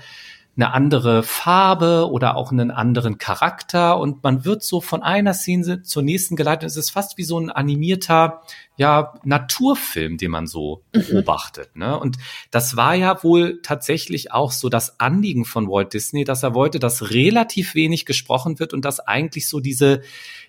Farbe oder auch einen anderen Charakter und man wird so von einer Szene zur nächsten geleitet. Es ist fast wie so ein animierter, Naturfilm, den man so beobachtet, ne? Und das war ja wohl tatsächlich auch so das Anliegen von Walt Disney, dass er wollte, dass relativ wenig gesprochen wird und dass eigentlich so diese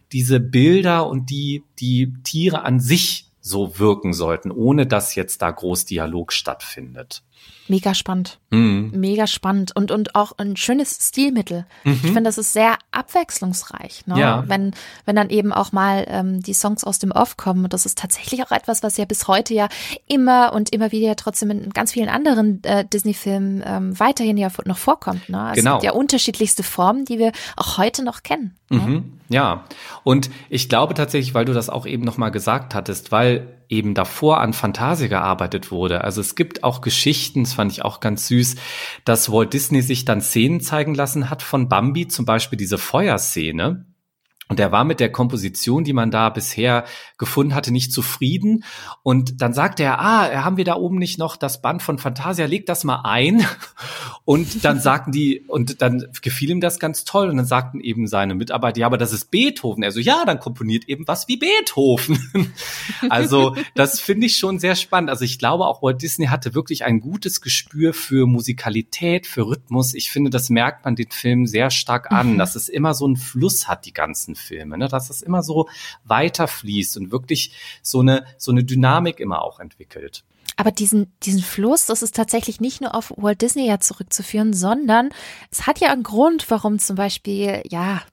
Bilder und die Tiere an sich so wirken sollten, ohne dass jetzt da groß Dialog stattfindet. Mega spannend. Mega spannend und auch ein schönes Stilmittel. Ich finde, das ist sehr abwechslungsreich, ne? Ja. Wenn dann eben auch mal die Songs aus dem Off kommen. Und das ist tatsächlich auch etwas, was ja bis heute ja immer und immer wieder trotzdem in ganz vielen anderen Disney-Filmen weiterhin ja noch vorkommt, ne? Also genau. Es gibt ja unterschiedlichste Formen, die wir auch heute noch kennen. Ne? Ja, und ich glaube tatsächlich, weil du das auch eben nochmal gesagt hattest, weil eben davor an Fantasia gearbeitet wurde. Also es gibt auch Geschichten, das fand ich auch ganz süß, dass Walt Disney sich dann Szenen zeigen lassen hat von Bambi, zum Beispiel diese Feuerszene. Und er war mit der Komposition, die man da bisher gefunden hatte, nicht zufrieden. Und dann sagte er, haben wir da oben nicht noch das Band von Fantasia, leg das mal ein. Und dann dann gefiel ihm das ganz toll. Und dann sagten eben seine Mitarbeiter, ja, aber das ist Beethoven. Er so, ja, dann komponiert eben was wie Beethoven. Also das finde ich schon sehr spannend. Also ich glaube auch, Walt Disney hatte wirklich ein gutes Gespür für Musikalität, für Rhythmus. Ich finde, das merkt man den Film sehr stark an, dass es immer so einen Fluss hat, die ganzen Filme, ne? Dass es immer so weiterfließt und wirklich so eine Dynamik immer auch entwickelt. Aber diesen Fluss, das ist tatsächlich nicht nur auf Walt Disney ja zurückzuführen, sondern es hat ja einen Grund, warum zum Beispiel,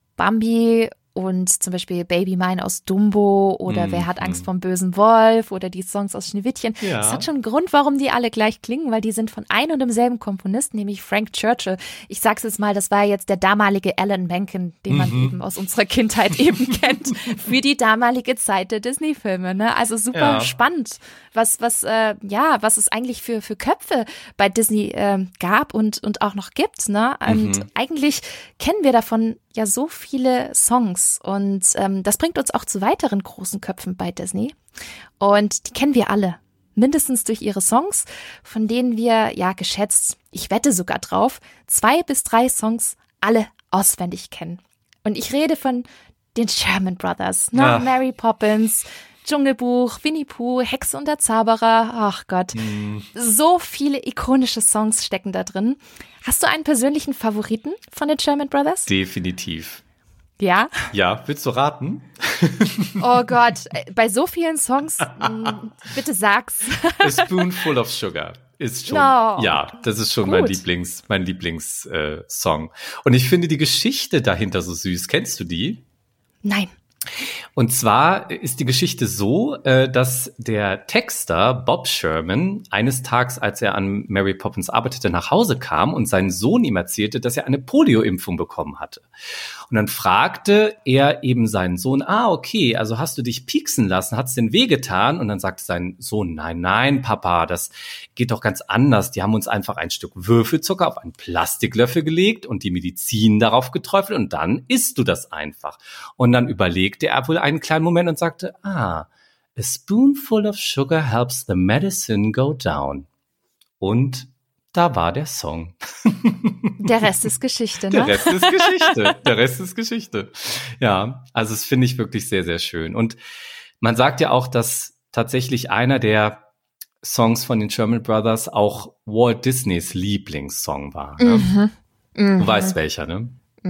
Bambi und zum Beispiel Baby Mine aus Dumbo oder Wer hat Angst vom bösen Wolf oder die Songs aus Schneewittchen. Ja. Das hat schon einen Grund, warum die alle gleich klingen, weil die sind von ein und demselben Komponisten, nämlich Frank Churchill. Ich sag's jetzt mal, das war jetzt der damalige Alan Menken, den man eben aus unserer Kindheit eben kennt, für die damalige Zeit der Disney-Filme, ne? Also super spannend, was es eigentlich für Köpfe bei Disney gab und auch noch gibt, ne? Und eigentlich kennen wir davon ja so viele Songs und das bringt uns auch zu weiteren großen Köpfen bei Disney und die kennen wir alle, mindestens durch ihre Songs, von denen wir geschätzt, ich wette sogar drauf, 2 bis 3 Songs alle auswendig kennen. Und ich rede von den Sherman Brothers, ne? Mary Poppins, Dschungelbuch, Winnie Pooh, Hexe und der Zauberer, ach Gott. So viele ikonische Songs stecken da drin. Hast du einen persönlichen Favoriten von den Sherman Brothers? Definitiv. Ja? Ja, willst du raten? Oh Gott, bei so vielen Songs, bitte sag's. A Spoonful of Sugar ist schon, ja, das ist schon mein Lieblingssong. Und ich finde die Geschichte dahinter so süß. Kennst du die? Nein. Und zwar ist die Geschichte so, dass der Texter Bob Sherman eines Tages, als er an Mary Poppins arbeitete, nach Hause kam und sein Sohn ihm erzählte, dass er eine Polio-Impfung bekommen hatte. Und dann fragte er eben seinen Sohn, okay, also hast du dich pieksen lassen, hat's denn wehgetan? Und dann sagte sein Sohn, nein, Papa, das geht doch ganz anders. Die haben uns einfach ein Stück Würfelzucker auf einen Plastiklöffel gelegt und die Medizin darauf geträufelt und dann isst du das einfach. Und dann überlegte er wohl einen kleinen Moment und sagte, a spoonful of sugar helps the medicine go down. Und da war der Song. Der Rest ist Geschichte, ne? Der Rest ist Geschichte. Ja, also das finde ich wirklich sehr, sehr schön. Und man sagt ja auch, dass tatsächlich einer der Songs von den Sherman Brothers auch Walt Disneys Lieblingssong war. Ne? Du weißt welcher, ne?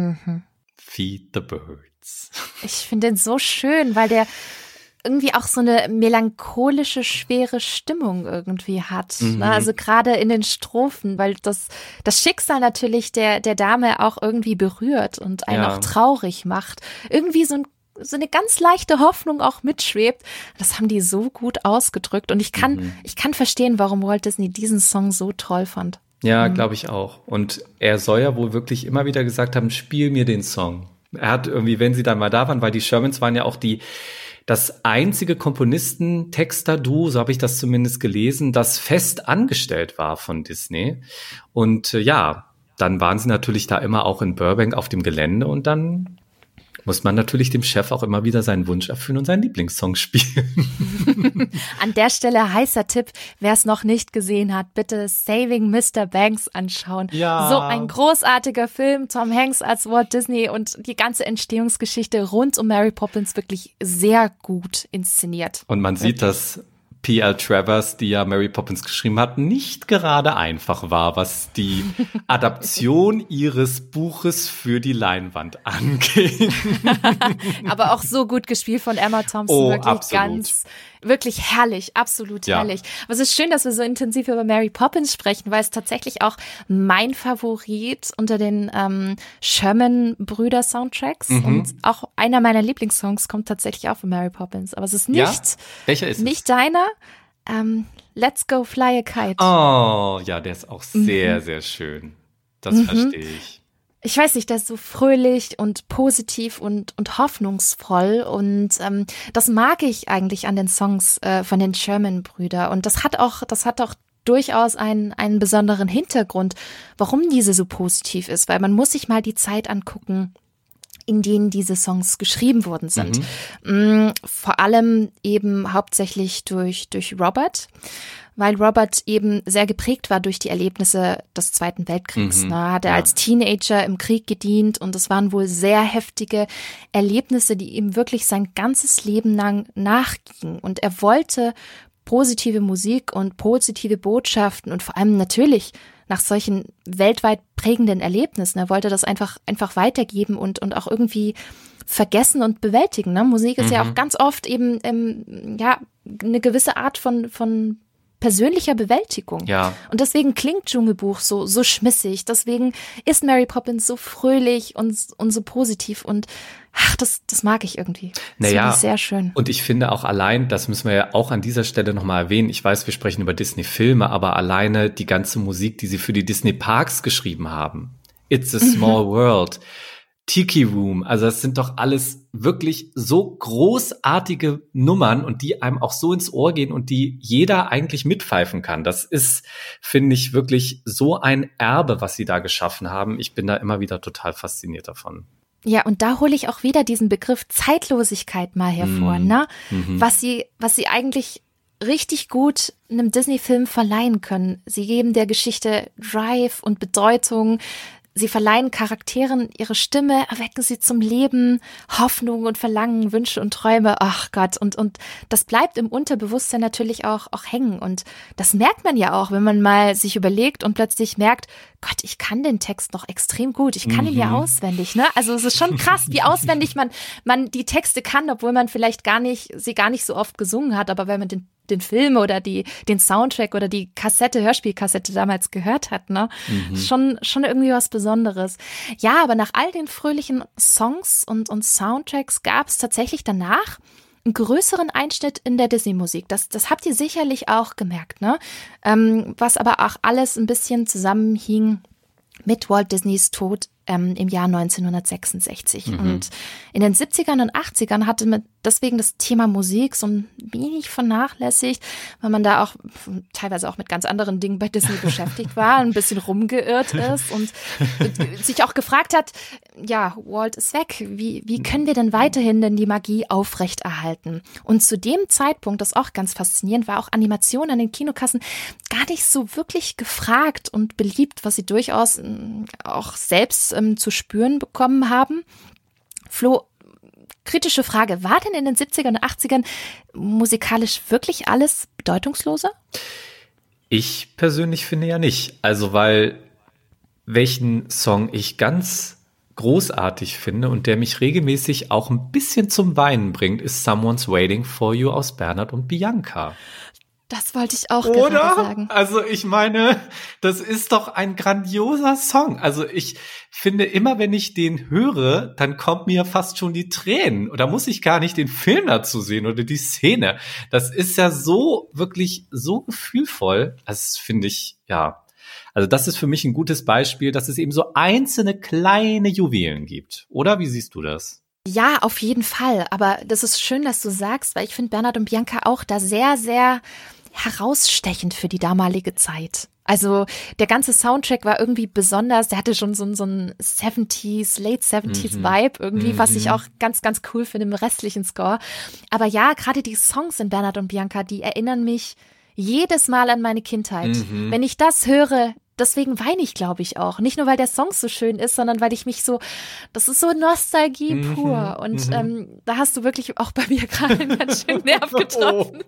Feed the Birds. Ich finde den so schön, weil der irgendwie auch so eine melancholische, schwere Stimmung irgendwie hat. Also gerade in den Strophen, weil das Schicksal natürlich der Dame auch irgendwie berührt und einen auch traurig macht. Irgendwie so eine ganz leichte Hoffnung auch mitschwebt. Das haben die so gut ausgedrückt und ich kann verstehen, warum Walt Disney diesen Song so toll fand. Ja, glaube ich auch. Und er soll ja wohl wirklich immer wieder gesagt haben, spiel mir den Song. Er hat irgendwie, wenn sie dann mal da waren, weil die Shermans waren ja auch das einzige Komponisten-Texter-Duo, so habe ich das zumindest gelesen, das fest angestellt war von Disney. Und dann waren sie natürlich da immer auch in Burbank auf dem Gelände und dann muss man natürlich dem Chef auch immer wieder seinen Wunsch erfüllen und seinen Lieblingssong spielen. An der Stelle heißer Tipp, wer es noch nicht gesehen hat, bitte Saving Mr. Banks anschauen. Ja. So ein großartiger Film, Tom Hanks als Walt Disney und die ganze Entstehungsgeschichte rund um Mary Poppins wirklich sehr gut inszeniert. Und man sieht, dass P.L. Travers, die ja Mary Poppins geschrieben hat, nicht gerade einfach war, was die Adaption ihres Buches für die Leinwand angeht. Aber auch so gut gespielt von Emma Thompson, wirklich absolut. Wirklich herrlich, absolut herrlich. Aber es ist schön, dass wir so intensiv über Mary Poppins sprechen, weil es tatsächlich auch mein Favorit unter den Sherman-Brüder-Soundtracks und auch einer meiner Lieblingssongs kommt tatsächlich auch von Mary Poppins. Aber es ist nicht, welcher ist nicht deiner. Let's Go Fly a Kite. Oh, ja, der ist auch sehr, sehr schön. Das verstehe ich. Ich weiß nicht, der ist so fröhlich und positiv und hoffnungsvoll und das mag ich eigentlich an den Songs von den Sherman-Brüder und das hat auch durchaus einen besonderen Hintergrund, warum diese so positiv ist, weil man muss sich mal die Zeit angucken, in denen diese Songs geschrieben worden sind. Vor allem eben hauptsächlich durch Robert, weil Robert eben sehr geprägt war durch die Erlebnisse des Zweiten Weltkriegs. Hat er als Teenager im Krieg gedient und es waren wohl sehr heftige Erlebnisse, die ihm wirklich sein ganzes Leben lang nachgingen. Und er wollte positive Musik und positive Botschaften und vor allem natürlich nach solchen weltweit prägenden Erlebnissen. Er wollte das einfach weitergeben und auch irgendwie vergessen und bewältigen. Ne? Musik ist ja auch ganz oft eben eine gewisse Art von persönlicher Bewältigung. Ja. Und deswegen klingt Dschungelbuch so schmissig. Deswegen ist Mary Poppins so fröhlich und so positiv und das mag ich irgendwie. Das finde ich sehr schön. Und ich finde auch allein, das müssen wir ja auch an dieser Stelle nochmal erwähnen, ich weiß, wir sprechen über Disney-Filme, aber alleine die ganze Musik, die sie für die Disney-Parks geschrieben haben. It's a Small World, Tiki Room, also das sind doch alles wirklich so großartige Nummern und die einem auch so ins Ohr gehen und die jeder eigentlich mitpfeifen kann. Das ist, finde ich, wirklich so ein Erbe, was sie da geschaffen haben. Ich bin da immer wieder total fasziniert davon. Ja, und da hole ich auch wieder diesen Begriff Zeitlosigkeit mal hervor, ne? Was sie eigentlich richtig gut einem Disney-Film verleihen können. Sie geben der Geschichte Drive und Bedeutung. Sie verleihen Charakteren ihre Stimme, erwecken sie zum Leben, Hoffnung und Verlangen, Wünsche und Träume. Ach Gott, und das bleibt im Unterbewusstsein natürlich auch hängen. Und das merkt man ja auch, wenn man mal sich überlegt und plötzlich merkt, Gott, ich kann den Text noch extrem gut. Ich kann ihn ja auswendig, ne? Also es ist schon krass, wie auswendig man die Texte kann, obwohl man vielleicht sie gar nicht so oft gesungen hat. Aber wenn man den Film oder den Soundtrack oder die Hörspielkassette damals gehört hat, ne? Schon irgendwie was Besonderes. Ja, aber nach all den fröhlichen Songs und Soundtracks gab es tatsächlich danach einen größeren Einschnitt in der Disney-Musik. Das habt ihr sicherlich auch gemerkt, ne? Was aber auch alles ein bisschen zusammenhing mit Walt Disneys Tod im Jahr 1966. Und in den 70ern und 80ern hatte man deswegen das Thema Musik so ein wenig vernachlässigt, weil man da auch teilweise auch mit ganz anderen Dingen bei Disney beschäftigt war, ein bisschen rumgeirrt ist und sich auch gefragt hat, ja, Walt ist weg, wie können wir denn weiterhin denn die Magie aufrechterhalten? Und zu dem Zeitpunkt, das auch ganz faszinierend war, auch Animation an den Kinokassen gar nicht so wirklich gefragt und beliebt, was sie durchaus auch selbst zu spüren bekommen haben. Flo, kritische Frage, war denn in den 70ern und 80ern musikalisch wirklich alles bedeutungsloser? Ich persönlich finde ja nicht. Also, weil welchen Song ich ganz großartig finde und der mich regelmäßig auch ein bisschen zum Weinen bringt, ist Someone's Waiting for You aus Bernhard und Bianca. Das wollte ich auch gerade sagen. Also ich meine, das ist doch ein grandioser Song. Also ich finde immer, wenn ich den höre, dann kommt mir fast schon die Tränen. Oder muss ich gar nicht den Film dazu sehen oder die Szene. Das ist ja so, wirklich so gefühlvoll. Das finde ich, ja. Also das ist für mich ein gutes Beispiel, dass es eben so einzelne kleine Juwelen gibt. Oder wie siehst du das? Ja, auf jeden Fall. Aber das ist schön, dass du sagst, weil ich finde Bernhard und Bianca auch da sehr, sehr herausstechend für die damalige Zeit. Also der ganze Soundtrack war irgendwie besonders, der hatte schon so einen 70s, Late 70s Vibe irgendwie, was ich auch ganz, ganz cool finde im restlichen Score. Aber ja, gerade die Songs in Bernhard und Bianca, die erinnern mich jedes Mal an meine Kindheit. Wenn ich das höre, deswegen weine ich, glaube ich, auch. Nicht nur, weil der Song so schön ist, sondern weil ich mich das ist so Nostalgie pur. Und da hast du wirklich auch bei mir gerade einen ganz schönen Nerv getroffen.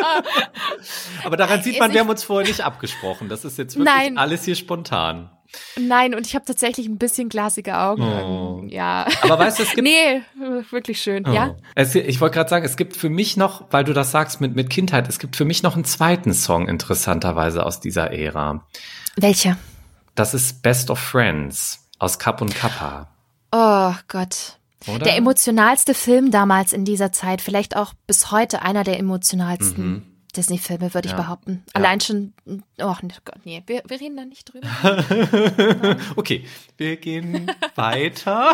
Aber daran sieht man, wir haben uns vorher nicht abgesprochen. Das ist jetzt wirklich alles hier spontan. Nein, und ich habe tatsächlich ein bisschen glasige Augen. Ja. Aber weißt du, es gibt... Nee, wirklich schön, ja. Ich wollte gerade sagen, es gibt für mich noch, weil du das sagst mit Kindheit, es gibt für mich noch einen zweiten Song interessanterweise aus dieser Ära. Welche? Das ist Best of Friends aus Kapp und Kappa. Oh Gott. Oder? Der emotionalste Film damals in dieser Zeit, vielleicht auch bis heute einer der emotionalsten Disney-Filme, würde ich behaupten. Ja. Allein schon, oh Gott, nee, wir reden da nicht drüber. Okay, wir gehen weiter.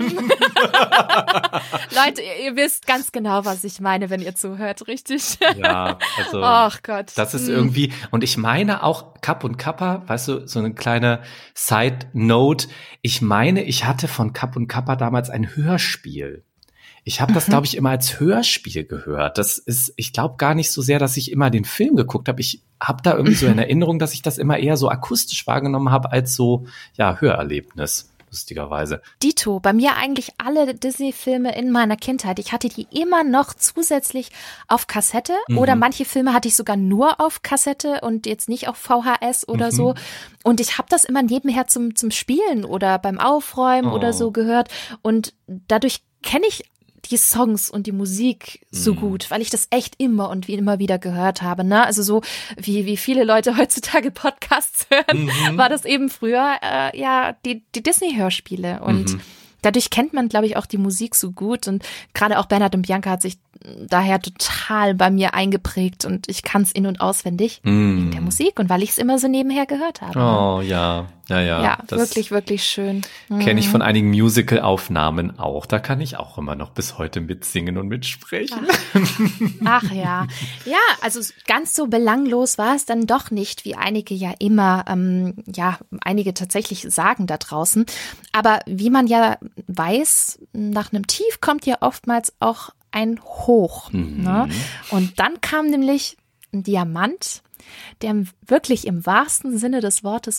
Leute, ihr wisst ganz genau, was ich meine, wenn ihr zuhört, richtig? Ja, also ach Gott. Das ist irgendwie, und ich meine auch Kapp und Kappa, weißt du, so eine kleine Side-Note. Ich meine, ich hatte von Kapp und Kappa damals ein Hörspiel. Ich habe das, glaube ich, immer als Hörspiel gehört. Das ist, ich glaube gar nicht so sehr, dass ich immer den Film geguckt habe. Ich habe da irgendwie so in Erinnerung, dass ich das immer eher so akustisch wahrgenommen habe als so, ja, Hörerlebnis, lustigerweise. Dito, bei mir eigentlich alle Disney-Filme in meiner Kindheit. Ich hatte die immer noch zusätzlich auf Kassette oder manche Filme hatte ich sogar nur auf Kassette und jetzt nicht auf VHS oder so. Und ich habe das immer nebenher zum Spielen oder beim Aufräumen oder so gehört. Und dadurch kenne ich die Songs und die Musik so gut, weil ich das echt immer wieder gehört habe, ne? Also so wie viele Leute heutzutage Podcasts hören, war das eben früher die Disney-Hörspiele und dadurch kennt man, glaube ich, auch die Musik so gut und gerade auch Bernhard und Bianca hat sich daher total bei mir eingeprägt und ich kann es in- und auswendig wegen der Musik und weil ich es immer so nebenher gehört habe. Oh ja. Ja, wirklich, wirklich schön. Kenne ich von einigen Musical-Aufnahmen auch. Da kann ich auch immer noch bis heute mitsingen und mitsprechen. Ach ja. Ja, also ganz so belanglos war es dann doch nicht, wie einige ja immer, einige tatsächlich sagen da draußen. Aber wie man ja weiß, nach einem Tief kommt ja oftmals auch ein Hoch. Ne? Und dann kam nämlich ein Diamant, der wirklich im wahrsten Sinne des Wortes unter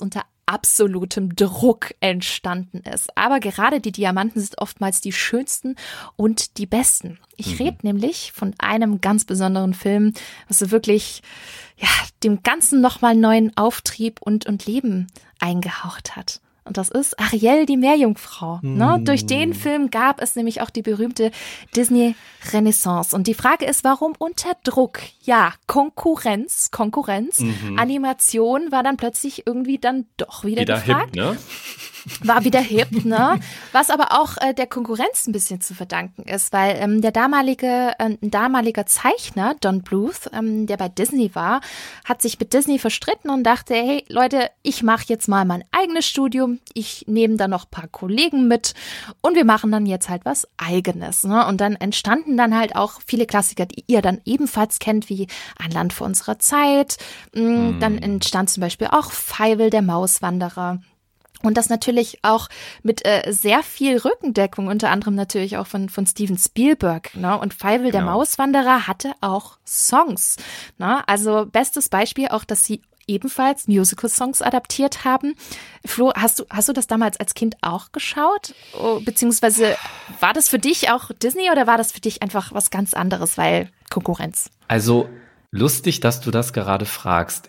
absolutem Druck entstanden ist. Aber gerade die Diamanten sind oftmals die schönsten und die besten. Ich rede nämlich von einem ganz besonderen Film, was so wirklich dem Ganzen nochmal neuen Auftrieb und Leben eingehaucht hat. Und das ist Ariel, die Meerjungfrau. Ne? Durch den Film gab es nämlich auch die berühmte Disney-Renaissance. Und die Frage ist, warum unter Druck? Ja, Konkurrenz. Animation war dann plötzlich irgendwie dann doch wieder gefragt. Hip, ne? War wieder hip, ne? Was aber auch der Konkurrenz ein bisschen zu verdanken ist, weil der damaliger Zeichner, Don Bluth, der bei Disney war, hat sich mit Disney verstritten und dachte, hey Leute, ich mache jetzt mal mein eigenes Studium, ich nehme da noch ein paar Kollegen mit und wir machen dann jetzt halt was Eigenes, ne? Und dann entstanden dann halt auch viele Klassiker, die ihr dann ebenfalls kennt, wie Ein Land vor unserer Zeit. Dann entstand zum Beispiel auch Fievel, der Mauswanderer. Und das natürlich auch mit sehr viel Rückendeckung, unter anderem natürlich auch von Steven Spielberg. Ne? Und Fievel, der Mauswanderer, hatte auch Songs. Ne? Also bestes Beispiel auch, dass sie ebenfalls Musical-Songs adaptiert haben. Flo, hast du das damals als Kind auch geschaut? Beziehungsweise war das für dich auch Disney oder war das für dich einfach was ganz anderes, weil Konkurrenz? Also lustig, dass du das gerade fragst.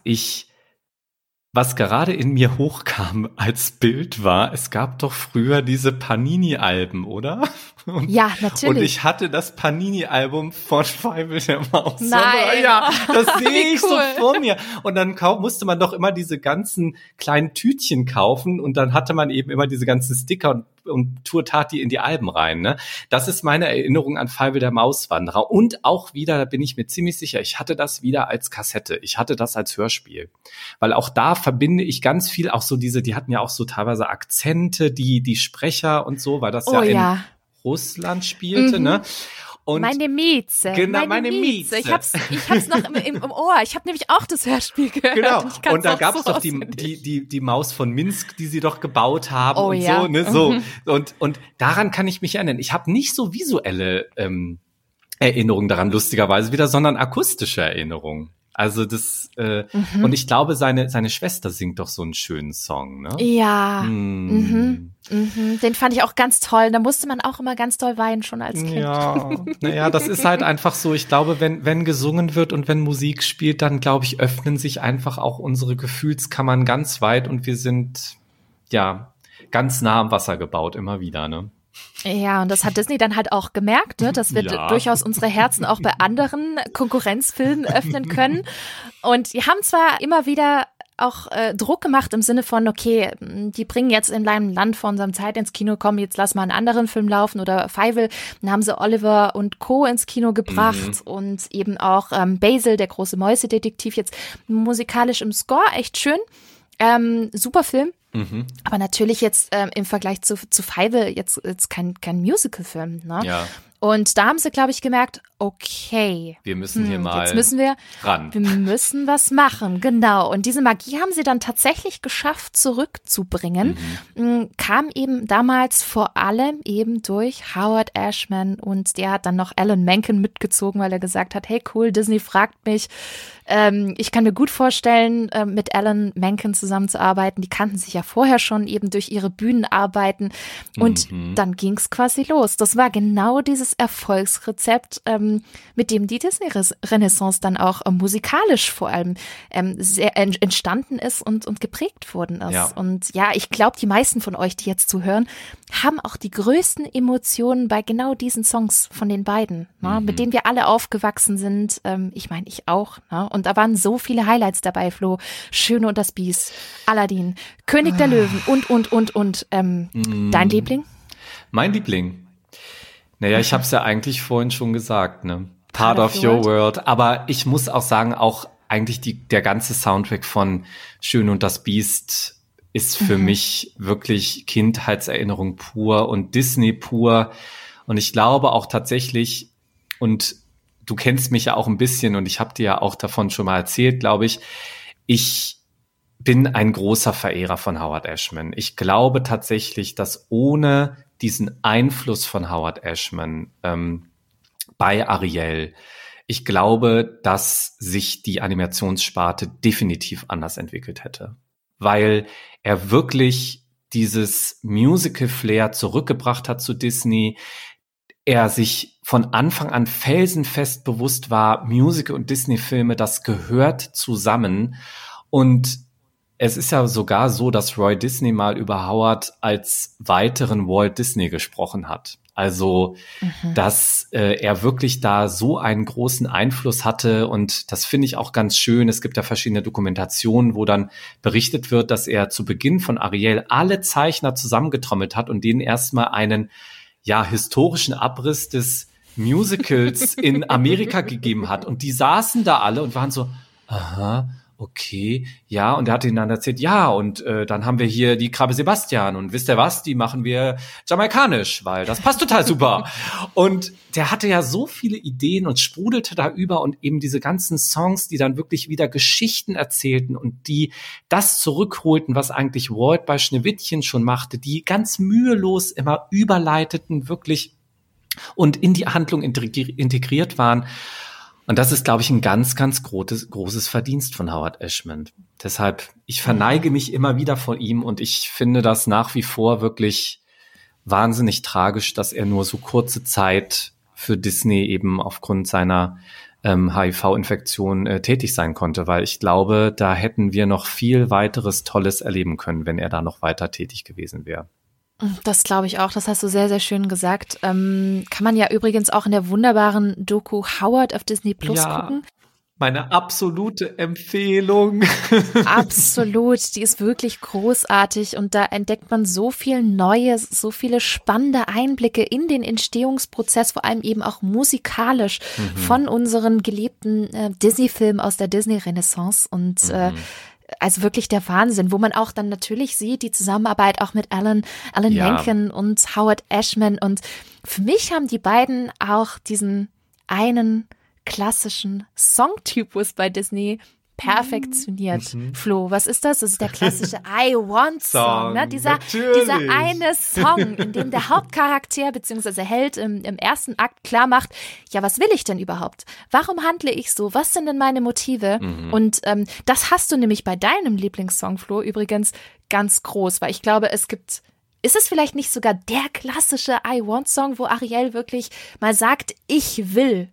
Was gerade in mir hochkam als Bild war, es gab doch früher diese Panini-Alben, oder? Ja, natürlich. Und ich hatte das Panini-Album von Fievel der Maus. Nein. Ja, das sehe ich cool. so vor mir. Und dann musste man doch immer diese ganzen kleinen Tütchen kaufen und dann hatte man eben immer diese ganzen Sticker und tat die in die Alben rein. Ne? Das ist meine Erinnerung an Fievel der Mauswanderer. Und auch wieder, da bin ich mir ziemlich sicher, ich hatte das wieder als Kassette. Ich hatte das als Hörspiel. Weil auch da verbinde ich ganz viel, auch so die hatten ja auch so teilweise Akzente, die Sprecher und so, weil das in Russland spielte, ne? Und meine Mieze. Genau, meine Mieze. Ich hab's noch im Ohr. Ich habe nämlich auch das Hörspiel gehört. Genau. Und da gab's doch die Maus von Minsk, die sie doch gebaut haben und so, ne? So. Und daran kann ich mich erinnern. Ich habe nicht so visuelle Erinnerungen daran, lustigerweise wieder, sondern akustische Erinnerungen. Also das, und ich glaube, seine Schwester singt doch so einen schönen Song, ne? Ja. Den fand ich auch ganz toll. Da musste man auch immer ganz doll weinen, schon als Kind. Ja, naja, das ist halt einfach so. Ich glaube, wenn gesungen wird und wenn Musik spielt, dann, glaube ich, öffnen sich einfach auch unsere Gefühlskammern ganz weit und wir sind, ja, ganz nah am Wasser gebaut, immer wieder, ne? Ja, und das hat Disney dann halt auch gemerkt, ne, dass wir durchaus unsere Herzen auch bei anderen Konkurrenzfilmen öffnen können. Und die haben zwar immer wieder auch Druck gemacht im Sinne von, okay, die bringen jetzt in einem Land vor unserem Zeit ins Kino, komm, jetzt lass mal einen anderen Film laufen oder Fievel. Dann haben sie Oliver und Co. ins Kino gebracht und eben auch Basil, der große Mäusedetektiv, jetzt musikalisch im Score, echt schön. Super Film. Aber natürlich jetzt im Vergleich zu Fievel jetzt kein Musical-Film, ne? Ja. Und da haben sie, glaube ich, gemerkt, okay. Wir müssen hier mal jetzt müssen wir ran. Wir müssen was machen, genau. Und diese Magie haben sie dann tatsächlich geschafft zurückzubringen. Kam eben damals vor allem eben durch Howard Ashman und der hat dann noch Alan Menken mitgezogen, weil er gesagt hat, hey cool, Disney fragt mich. Ich kann mir gut vorstellen, mit Alan Menken zusammenzuarbeiten. Die kannten sich ja vorher schon eben durch ihre Bühnenarbeiten. Und dann ging es quasi los. Das war genau dieses Erfolgsrezept, mit dem die Disney-Renaissance dann auch musikalisch vor allem sehr entstanden ist und geprägt worden ist. Ja. Und ja, ich glaube, die meisten von euch, die jetzt zuhören, haben auch die größten Emotionen bei genau diesen Songs von den beiden, ne, mit denen wir alle aufgewachsen sind. Ich meine, ich auch. Ne? Und da waren so viele Highlights dabei, Flo. Schöne und das Biest, Aladdin, König der Löwen und. Dein Liebling? Mein Liebling? Naja, ich habe es ja eigentlich vorhin schon gesagt, ne? Part of Your World. Aber ich muss auch sagen, auch eigentlich der ganze Soundtrack von Schön und das Biest ist für mich wirklich Kindheitserinnerung pur und Disney pur. Und ich glaube auch tatsächlich, und du kennst mich ja auch ein bisschen und ich habe dir ja auch davon schon mal erzählt, glaube ich, ich bin ein großer Verehrer von Howard Ashman. Ich glaube tatsächlich, dass ohne diesen Einfluss von Howard Ashman bei Ariel, ich glaube, dass sich die Animationssparte definitiv anders entwickelt hätte. weil er wirklich dieses Musical-Flair zurückgebracht hat zu Disney. Er sich von Anfang an felsenfest bewusst war, Musical und Disney-Filme, das gehört zusammen. Und es ist ja sogar so, dass Roy Disney mal über Howard als weiteren Walt Disney gesprochen hat. Also, dass er wirklich da so einen großen Einfluss hatte, und das finde ich auch ganz schön. Es gibt ja verschiedene Dokumentationen, wo dann berichtet wird, dass er zu Beginn von Ariel alle Zeichner zusammengetrommelt hat und denen erstmal einen historischen Abriss des Musicals in Amerika gegeben hat. Und die saßen da alle und waren so, aha, okay, ja, und er hat ihnen dann erzählt, ja, und dann haben wir hier die Krabbe Sebastian, und wisst ihr was, die machen wir jamaikanisch, weil das passt total super. Und der hatte ja so viele Ideen und sprudelte da über, und eben diese ganzen Songs, die dann wirklich wieder Geschichten erzählten und die das zurückholten, was eigentlich Walt bei Schneewittchen schon machte, die ganz mühelos immer überleiteten, wirklich, und in die Handlung integriert waren. Und das ist, glaube ich, ein ganz, ganz großes Verdienst von Howard Ashman. Deshalb, ich verneige mich immer wieder vor ihm, und ich finde das nach wie vor wirklich wahnsinnig tragisch, dass er nur so kurze Zeit für Disney eben aufgrund seiner HIV-Infektion tätig sein konnte, weil ich glaube, da hätten wir noch viel weiteres Tolles erleben können, wenn er da noch weiter tätig gewesen wäre. Das glaube ich auch, das hast du sehr, sehr schön gesagt. Kann man ja übrigens auch in der wunderbaren Doku Howard auf Disney Plus gucken. Meine absolute Empfehlung. Absolut, die ist wirklich großartig, und da entdeckt man so viel Neues, so viele spannende Einblicke in den Entstehungsprozess, vor allem eben auch musikalisch von unseren geliebten Disney-Filmen aus der Disney-Renaissance, und also wirklich der Wahnsinn, wo man auch dann natürlich sieht, die Zusammenarbeit auch mit Alan Menken und Howard Ashman. Und für mich haben die beiden auch diesen einen klassischen Songtypus bei Disney perfektioniert. Flo, was ist das? Das ist der klassische I Want Song, ne? Dieser eine Song, in dem der Hauptcharakter bzw. Held im ersten Akt klar macht, ja, was will ich denn überhaupt? Warum handle ich so? Was sind denn meine Motive? Und das hast du nämlich bei deinem Lieblingssong, Flo, übrigens ganz groß, weil ich glaube, ist es vielleicht nicht sogar der klassische I Want Song, wo Ariel wirklich mal sagt, ich will,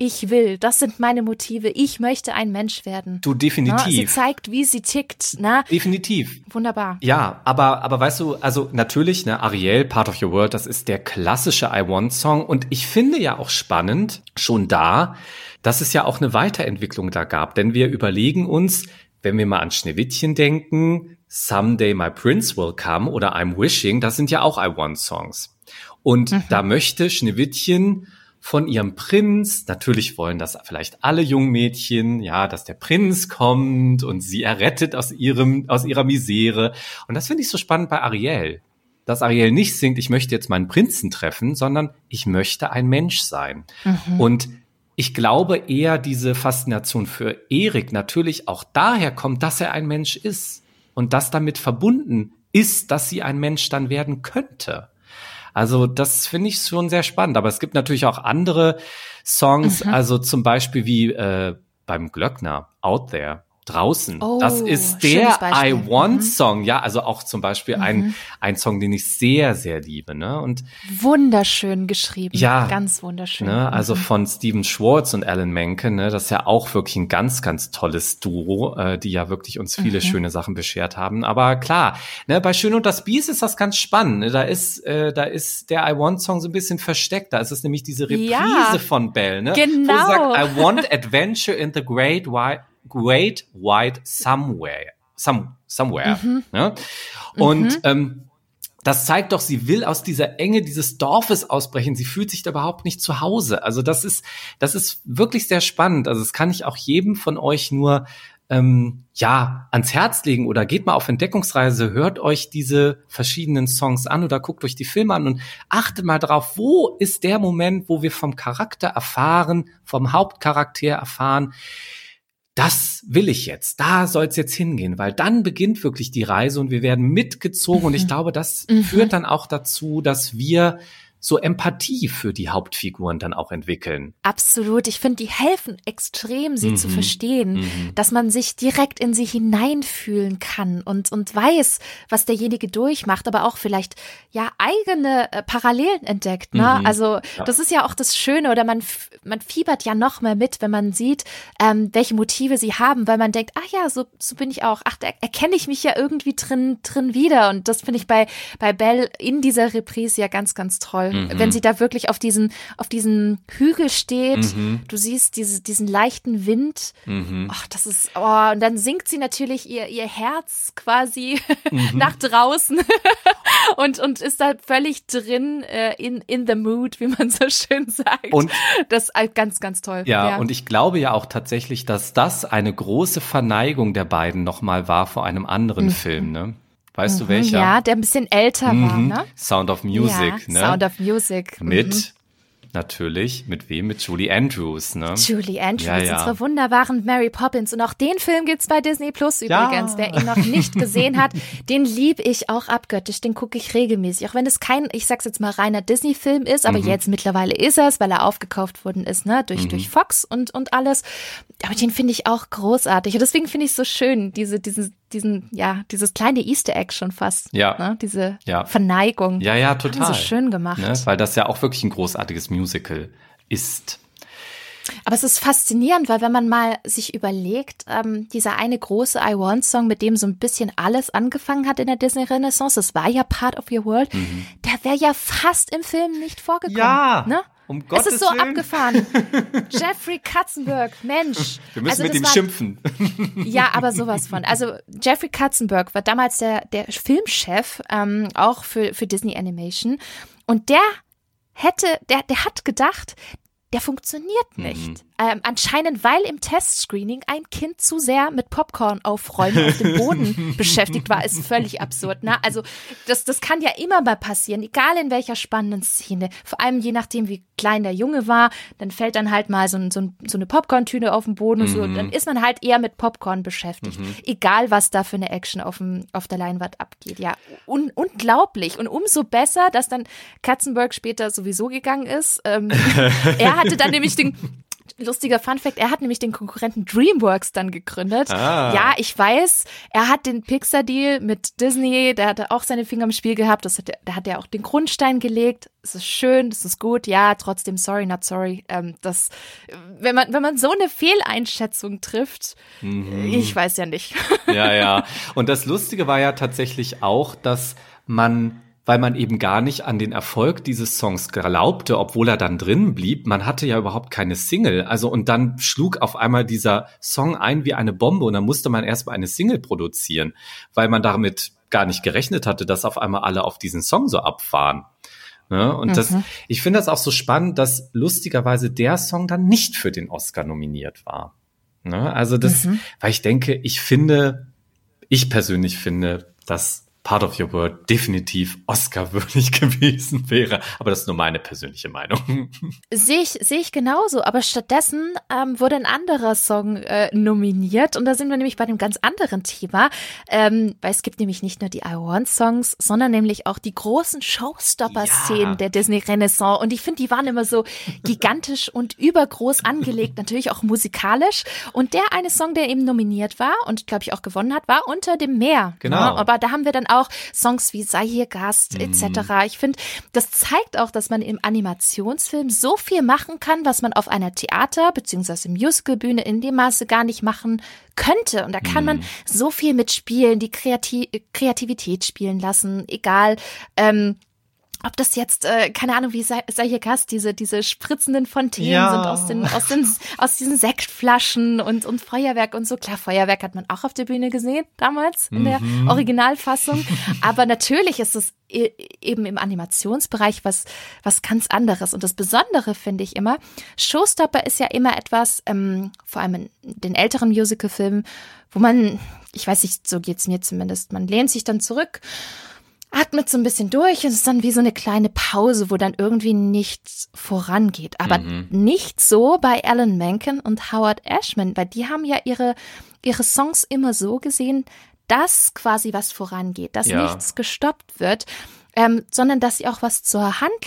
das sind meine Motive, ich möchte ein Mensch werden. Du, definitiv. Na, sie zeigt, wie sie tickt. Na? Definitiv. Wunderbar. Ja, aber weißt du, also natürlich, ne, Ariel, Part of Your World, das ist der klassische I Want Song, und ich finde ja auch spannend, schon da, dass es ja auch eine Weiterentwicklung da gab, denn wir überlegen uns, wenn wir mal an Schneewittchen denken, Someday My Prince Will Come oder I'm Wishing, das sind ja auch I Want Songs. Und da möchte Schneewittchen von ihrem Prinz, natürlich wollen das vielleicht alle jungen Mädchen, ja, dass der Prinz kommt und sie errettet aus ihrer Misere. Und das finde ich so spannend bei Ariel, dass Ariel nicht singt, ich möchte jetzt meinen Prinzen treffen, sondern ich möchte ein Mensch sein. Und ich glaube eher, diese Faszination für Erik natürlich auch daher kommt, dass er ein Mensch ist und dass damit verbunden ist, dass sie ein Mensch dann werden könnte. Also das finde ich schon sehr spannend. Aber es gibt natürlich auch andere Songs, also zum Beispiel wie beim Glöckner, Out There, draußen. Oh, das ist der I Want Song. Ja, also auch zum Beispiel ein Song, den ich sehr, sehr liebe. Ne? Und wunderschön geschrieben. Ja, ganz wunderschön. Ne? Also von Stephen Schwartz und Alan Menken, ne? Das ist ja auch wirklich ein ganz, ganz tolles Duo, die ja wirklich uns viele schöne Sachen beschert haben. Aber klar, ne, bei Schön und das Biest ist das ganz spannend. Ne? Da ist der I Want Song so ein bisschen versteckt. Da ist es nämlich diese Reprise von Belle, ne? Genau. Wo sie sagt, I want adventure in the great wide somewhere. Ne? Und das zeigt doch, sie will aus dieser Enge dieses Dorfes ausbrechen. Sie fühlt sich da überhaupt nicht zu Hause. Also das ist wirklich sehr spannend. Also das kann ich auch jedem von euch nur ans Herz legen, oder geht mal auf Entdeckungsreise, hört euch diese verschiedenen Songs an oder guckt euch die Filme an und achtet mal drauf, wo ist der Moment, wo wir vom Charakter erfahren, vom Hauptcharakter erfahren, das will ich jetzt, da soll es jetzt hingehen, weil dann beginnt wirklich die Reise und wir werden mitgezogen, und ich glaube, das führt dann auch dazu, dass wir so Empathie für die Hauptfiguren dann auch entwickeln. Absolut. Ich finde, die helfen extrem, sie zu verstehen, dass man sich direkt in sie hineinfühlen kann und weiß, was derjenige durchmacht, aber auch vielleicht ja eigene Parallelen entdeckt. Ne? Also das ist ja auch das Schöne, oder man fiebert ja noch mehr mit, wenn man sieht, welche Motive sie haben, weil man denkt, ach ja, so bin ich auch. Ach, da erkenne ich mich ja irgendwie drin wieder. Und das finde ich bei Belle in dieser Reprise ja ganz, ganz toll. Wenn sie da wirklich auf diesen Hügel steht, du siehst diesen leichten Wind. Ach, das ist, und dann singt sie natürlich ihr Herz quasi nach draußen und ist da völlig drin in the mood, wie man so schön sagt. Und das ist ganz, ganz toll. Ja, und ich glaube ja auch tatsächlich, dass das eine große Verneigung der beiden nochmal war vor einem anderen Film, ne? Weißt du welcher? Ja, der ein bisschen älter war, ne? Sound of Music, ja, ne? Sound of Music. Natürlich, mit wem? Mit Julie Andrews, ne? Julie Andrews, unsere wunderbaren Mary Poppins. Und auch den Film gibt's bei Disney Plus übrigens. Wer ihn noch nicht gesehen hat, den liebe ich auch abgöttisch. Den gucke ich regelmäßig. Auch wenn es kein, ich sag's jetzt mal, reiner Disney-Film ist, aber jetzt mittlerweile ist es, weil er aufgekauft worden ist, ne? Durch Fox und alles. Aber den finde ich auch großartig. Und deswegen finde ich es so schön, dieses kleine Easter Egg schon fast. Ja. Ne? Diese Verneigung. Ja, total. Haben sie schön gemacht. Ne? Weil das ja auch wirklich ein großartiges Musical ist. Aber es ist faszinierend, weil wenn man mal sich überlegt, dieser eine große I Want Song, mit dem so ein bisschen alles angefangen hat in der Disney-Renaissance, das war ja Part of Your World, der wäre ja fast im Film nicht vorgekommen. Ja, ne? Um Gottes Willen. Es ist so abgefahren. Jeffrey Katzenberg, Mensch. Wir müssen mit ihm schimpfen. Ja, aber sowas von. Also Jeffrey Katzenberg war damals der Filmchef, auch für Disney Animation. Und der hat gedacht, der funktioniert nicht. Anscheinend, weil im Testscreening ein Kind zu sehr mit Popcorn aufräumen auf dem Boden beschäftigt war, ist völlig absurd. Ne? Also das kann ja immer mal passieren, egal in welcher spannenden Szene. Vor allem je nachdem, wie klein der Junge war, dann fällt dann halt mal so eine Popcorn-Tüte auf den Boden und so. Und dann ist man halt eher mit Popcorn beschäftigt. Egal, was da für eine Action auf der Leinwand abgeht. Ja, unglaublich. Und umso besser, dass dann Katzenberg später sowieso gegangen ist. Er hatte dann nämlich lustiger Funfact, er hat nämlich den Konkurrenten DreamWorks dann gegründet. Ja, ich weiß, er hat den Pixar-Deal mit Disney, der hatte auch seine Finger im Spiel gehabt, da hat er auch den Grundstein gelegt. Es ist schön, das ist gut, ja, trotzdem sorry, not sorry. Wenn man so eine Fehleinschätzung trifft, ich weiß ja nicht. Ja. Und das Lustige war ja tatsächlich auch, dass weil man eben gar nicht an den Erfolg dieses Songs glaubte, obwohl er dann drin blieb. Man hatte ja überhaupt keine Single. Also, und dann schlug auf einmal dieser Song ein wie eine Bombe und dann musste man erstmal eine Single produzieren, weil man damit gar nicht gerechnet hatte, dass auf einmal alle auf diesen Song so abfahren. Ne? Und ich finde das auch so spannend, dass lustigerweise der Song dann nicht für den Oscar nominiert war. Ne? Also weil ich persönlich finde, dass Part of Your World definitiv Oscar-würdig gewesen wäre. Aber das ist nur meine persönliche Meinung. Sehe ich genauso. Aber stattdessen wurde ein anderer Song nominiert. Und da sind wir nämlich bei einem ganz anderen Thema. Weil es gibt nämlich nicht nur die I Want Songs, sondern nämlich auch die großen Showstopper-Szenen der Disney-Renaissance. Und ich finde, die waren immer so gigantisch und übergroß angelegt. Natürlich auch musikalisch. Und der eine Song, der eben nominiert war und, glaube ich, auch gewonnen hat, war Unter dem Meer. Genau. Ja, aber da haben wir dann auch Songs wie Sei hier Gast etc. Ich finde, das zeigt auch, dass man im Animationsfilm so viel machen kann, was man auf einer Theater- bzw. Musicalbühne in dem Maße gar nicht machen könnte. Und da kann man so viel mitspielen, die Kreativität spielen lassen, egal ob das jetzt, keine Ahnung, wie sei hier Gast, diese spritzenden Fontänen sind aus diesen Sektflaschen und Feuerwerk und so. Klar, Feuerwerk hat man auch auf der Bühne gesehen, damals, in der Originalfassung. Aber natürlich ist es eben im Animationsbereich was ganz anderes. Und das Besondere finde ich immer, Showstopper ist ja immer etwas, vor allem in den älteren Musicalfilmen, wo man, ich weiß nicht, so geht's mir zumindest, man lehnt sich dann zurück, atmet so ein bisschen durch und es ist dann wie so eine kleine Pause, wo dann irgendwie nichts vorangeht. Aber nicht so bei Alan Menken und Howard Ashman, weil die haben ja ihre Songs immer so gesehen, dass quasi was vorangeht, dass nichts gestoppt wird, sondern dass sie auch was zur Handlung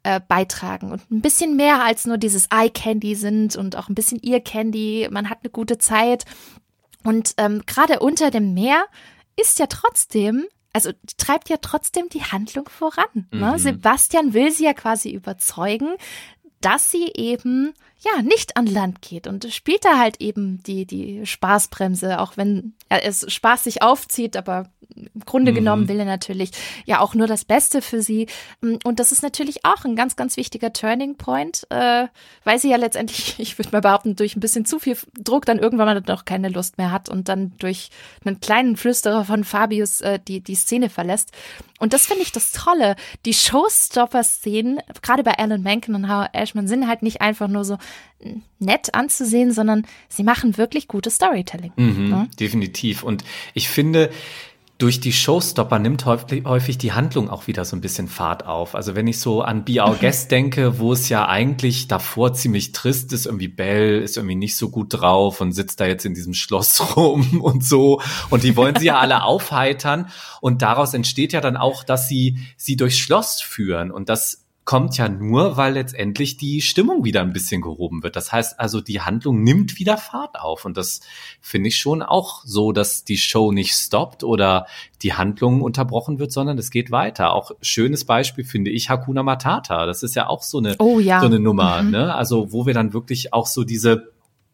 beitragen und ein bisschen mehr als nur dieses Eye-Candy sind und auch ein bisschen Ear-Candy. Man hat eine gute Zeit und gerade unter dem Meer ist ja trotzdem, also treibt ja trotzdem die Handlung voran. Ne? Sebastian will sie ja quasi überzeugen, dass sie eben nicht an Land geht und spielt da halt eben die Spaßbremse, auch wenn er es spaßig aufzieht, aber im Grunde genommen will er natürlich ja auch nur das Beste für sie. Und das ist natürlich auch ein ganz, ganz wichtiger Turning Point, weil sie ja letztendlich, ich würde mal behaupten, durch ein bisschen zu viel Druck dann irgendwann mal noch keine Lust mehr hat und dann durch einen kleinen Flüsterer von Fabius die Szene verlässt. Und das finde ich das Tolle. Die Showstopper-Szenen, gerade bei Alan Menken und Howard Ashman, sind halt nicht einfach nur so nett anzusehen, sondern sie machen wirklich gutes Storytelling. Ja? Definitiv. Und ich finde, durch die Showstopper nimmt häufig die Handlung auch wieder so ein bisschen Fahrt auf. Also wenn ich so an Be Our Guest denke, wo es ja eigentlich davor ziemlich trist ist, irgendwie Belle ist irgendwie nicht so gut drauf und sitzt da jetzt in diesem Schloss rum und so. Und die wollen sie ja alle aufheitern. Und daraus entsteht ja dann auch, dass sie durchs Schloss führen. Und das kommt ja nur, weil letztendlich die Stimmung wieder ein bisschen gehoben wird. Das heißt also, die Handlung nimmt wieder Fahrt auf. Und das finde ich schon auch so, dass die Show nicht stoppt oder die Handlung unterbrochen wird, sondern es geht weiter. Auch schönes Beispiel finde ich Hakuna Matata. Das ist ja auch so eine Nummer, ne? Also, wo wir dann wirklich auch so diesen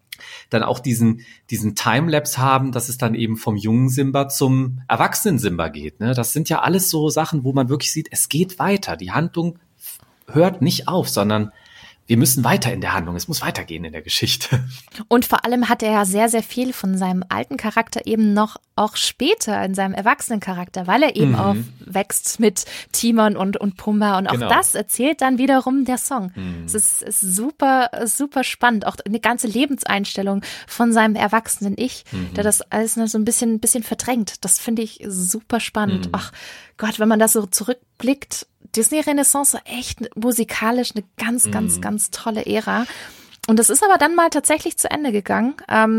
Timelapse haben, dass es dann eben vom jungen Simba zum erwachsenen Simba geht, ne? Das sind ja alles so Sachen, wo man wirklich sieht, es geht weiter. Die Handlung hört nicht auf, sondern wir müssen weiter in der Handlung. Es muss weitergehen in der Geschichte. Und vor allem hat er ja sehr, sehr viel von seinem alten Charakter eben noch auch später in seinem Erwachsenencharakter, weil er eben aufwächst mit Timon und Pumba. Und auch das erzählt dann wiederum der Song. Es ist super, super spannend. Auch eine ganze Lebenseinstellung von seinem erwachsenen Ich, der das alles nur so ein bisschen verdrängt. Das finde ich super spannend. Ach Gott, wenn man das so zurückblickt, Disney-Renaissance war echt musikalisch eine ganz, ganz, ganz tolle Ära. Und das ist aber dann mal tatsächlich zu Ende gegangen.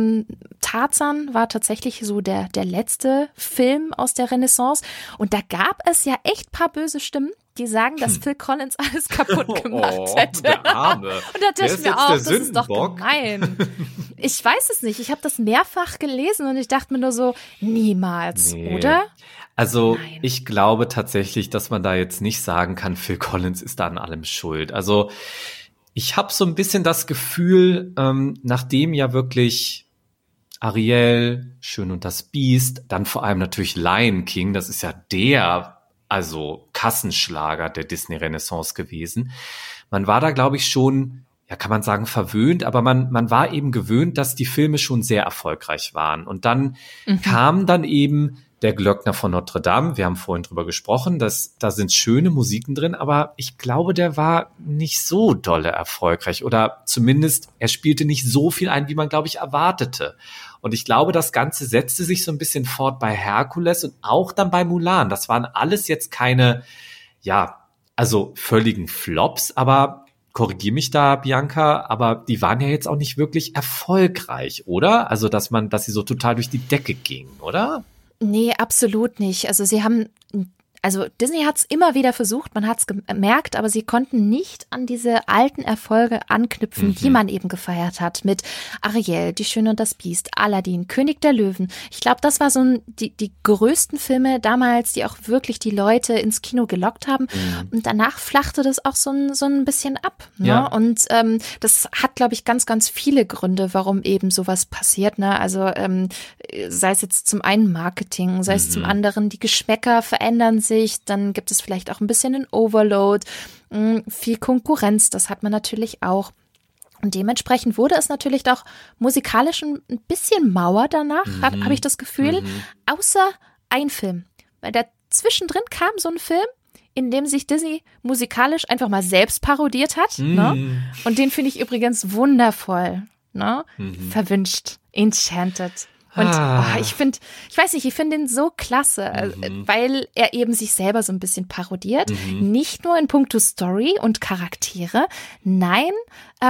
Tarzan war tatsächlich so der letzte Film aus der Renaissance. Und da gab es ja echt paar böse Stimmen, die sagen, dass Phil Collins alles kaputt gemacht hätte. Der Arme. Und da dachte ich mir auch, das ist doch gemein. Ich weiß es nicht. Ich habe das mehrfach gelesen und ich dachte mir nur so, niemals, oder? Also ich glaube tatsächlich, dass man da jetzt nicht sagen kann, Phil Collins ist da an allem schuld. Also ich habe so ein bisschen das Gefühl, nachdem ja wirklich Ariel, Schön und das Biest, dann vor allem natürlich Lion King, das ist ja der Kassenschlager der Disney-Renaissance gewesen. Man war da, glaube ich, schon, ja, kann man sagen, verwöhnt, aber man war eben gewöhnt, dass die Filme schon sehr erfolgreich waren. Und dann kam dann eben Der Glöckner von Notre Dame, wir haben vorhin drüber gesprochen, da sind schöne Musiken drin, aber ich glaube, der war nicht so dolle erfolgreich oder zumindest, er spielte nicht so viel ein, wie man, glaube ich, erwartete. Und ich glaube, das Ganze setzte sich so ein bisschen fort bei Herkules und auch dann bei Mulan. Das waren alles jetzt keine, völligen Flops, aber korrigier mich da, Bianca, aber die waren ja jetzt auch nicht wirklich erfolgreich, oder? Also, dass sie so total durch die Decke gingen, oder? Nee, absolut nicht. Disney hat es immer wieder versucht, man hat es gemerkt, aber sie konnten nicht an diese alten Erfolge anknüpfen, die man eben gefeiert hat mit Ariel, Die Schöne und das Biest, Aladdin, König der Löwen. Ich glaube, das war so die größten Filme damals, die auch wirklich die Leute ins Kino gelockt haben. Und danach flachte das auch so ein bisschen ab. Ne? Ja. Und das hat, glaube ich, ganz, ganz viele Gründe, warum eben sowas passiert. Ne? Also sei es jetzt zum einen Marketing, sei es zum anderen die Geschmäcker verändern sich, dann gibt es vielleicht auch ein bisschen einen Overload, viel Konkurrenz, das hat man natürlich auch. Und dementsprechend wurde es natürlich auch musikalisch ein bisschen Mauer danach, habe ich das Gefühl, außer ein Film. Weil da zwischendrin kam so ein Film, in dem sich Disney musikalisch einfach mal selbst parodiert hat. Ne? Und den finde ich übrigens wundervoll. Ne? Verwünscht, Enchanted. Und ich finde den so klasse, weil er eben sich selber so ein bisschen parodiert. Nicht nur in puncto Story und Charaktere, nein,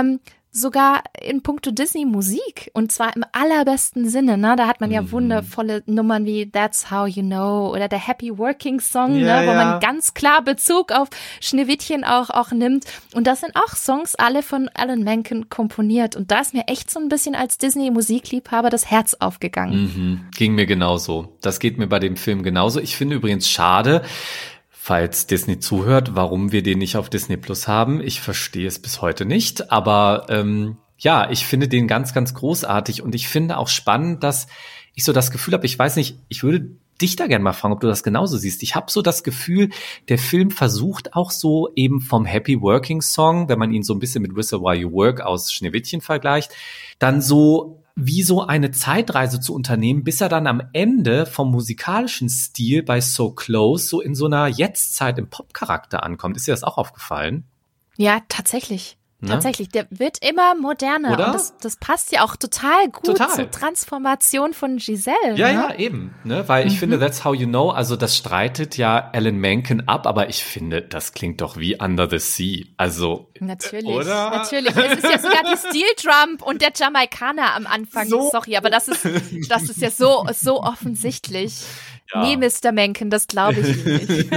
sogar in puncto Disney-Musik und zwar im allerbesten Sinne, ne? Da hat man ja wundervolle Nummern wie That's How You Know oder der Happy Working Song, ne? Wo man ganz klar Bezug auf Schneewittchen auch nimmt. Und das sind auch Songs alle von Alan Menken komponiert. Und da ist mir echt so ein bisschen als Disney-Musikliebhaber das Herz aufgegangen. Ging mir genauso. Das geht mir bei dem Film genauso. Ich finde übrigens schade, falls Disney zuhört, warum wir den nicht auf Disney Plus haben. Ich verstehe es bis heute nicht, aber ich finde den ganz, ganz großartig und ich finde auch spannend, dass ich so das Gefühl habe, ich weiß nicht, ich würde dich da gerne mal fragen, ob du das genauso siehst. Ich habe so das Gefühl, der Film versucht auch so eben vom Happy Working Song, wenn man ihn so ein bisschen mit Whistle While You Work aus Schneewittchen vergleicht, dann so wie so eine Zeitreise zu unternehmen, bis er dann am Ende vom musikalischen Stil bei So Close so in so einer Jetztzeit im Pop-Charakter ankommt. Ist dir das auch aufgefallen? Ja, tatsächlich. Tatsächlich, der wird immer moderner. Oder? Und das passt ja auch total gut zur Transformation von Giselle. Ja, ne? ja, eben. Ne? Weil ich finde, That's How You Know, also das streitet ja Alan Menken ab, aber ich finde, das klingt doch wie Under the Sea. Also, natürlich, oder? Natürlich. Es ist ja sogar die Steel Drum und der Jamaikaner am Anfang. So. Sorry, aber das ist ja so offensichtlich. Ja. Nee, Mr. Menken, das glaube ich nicht.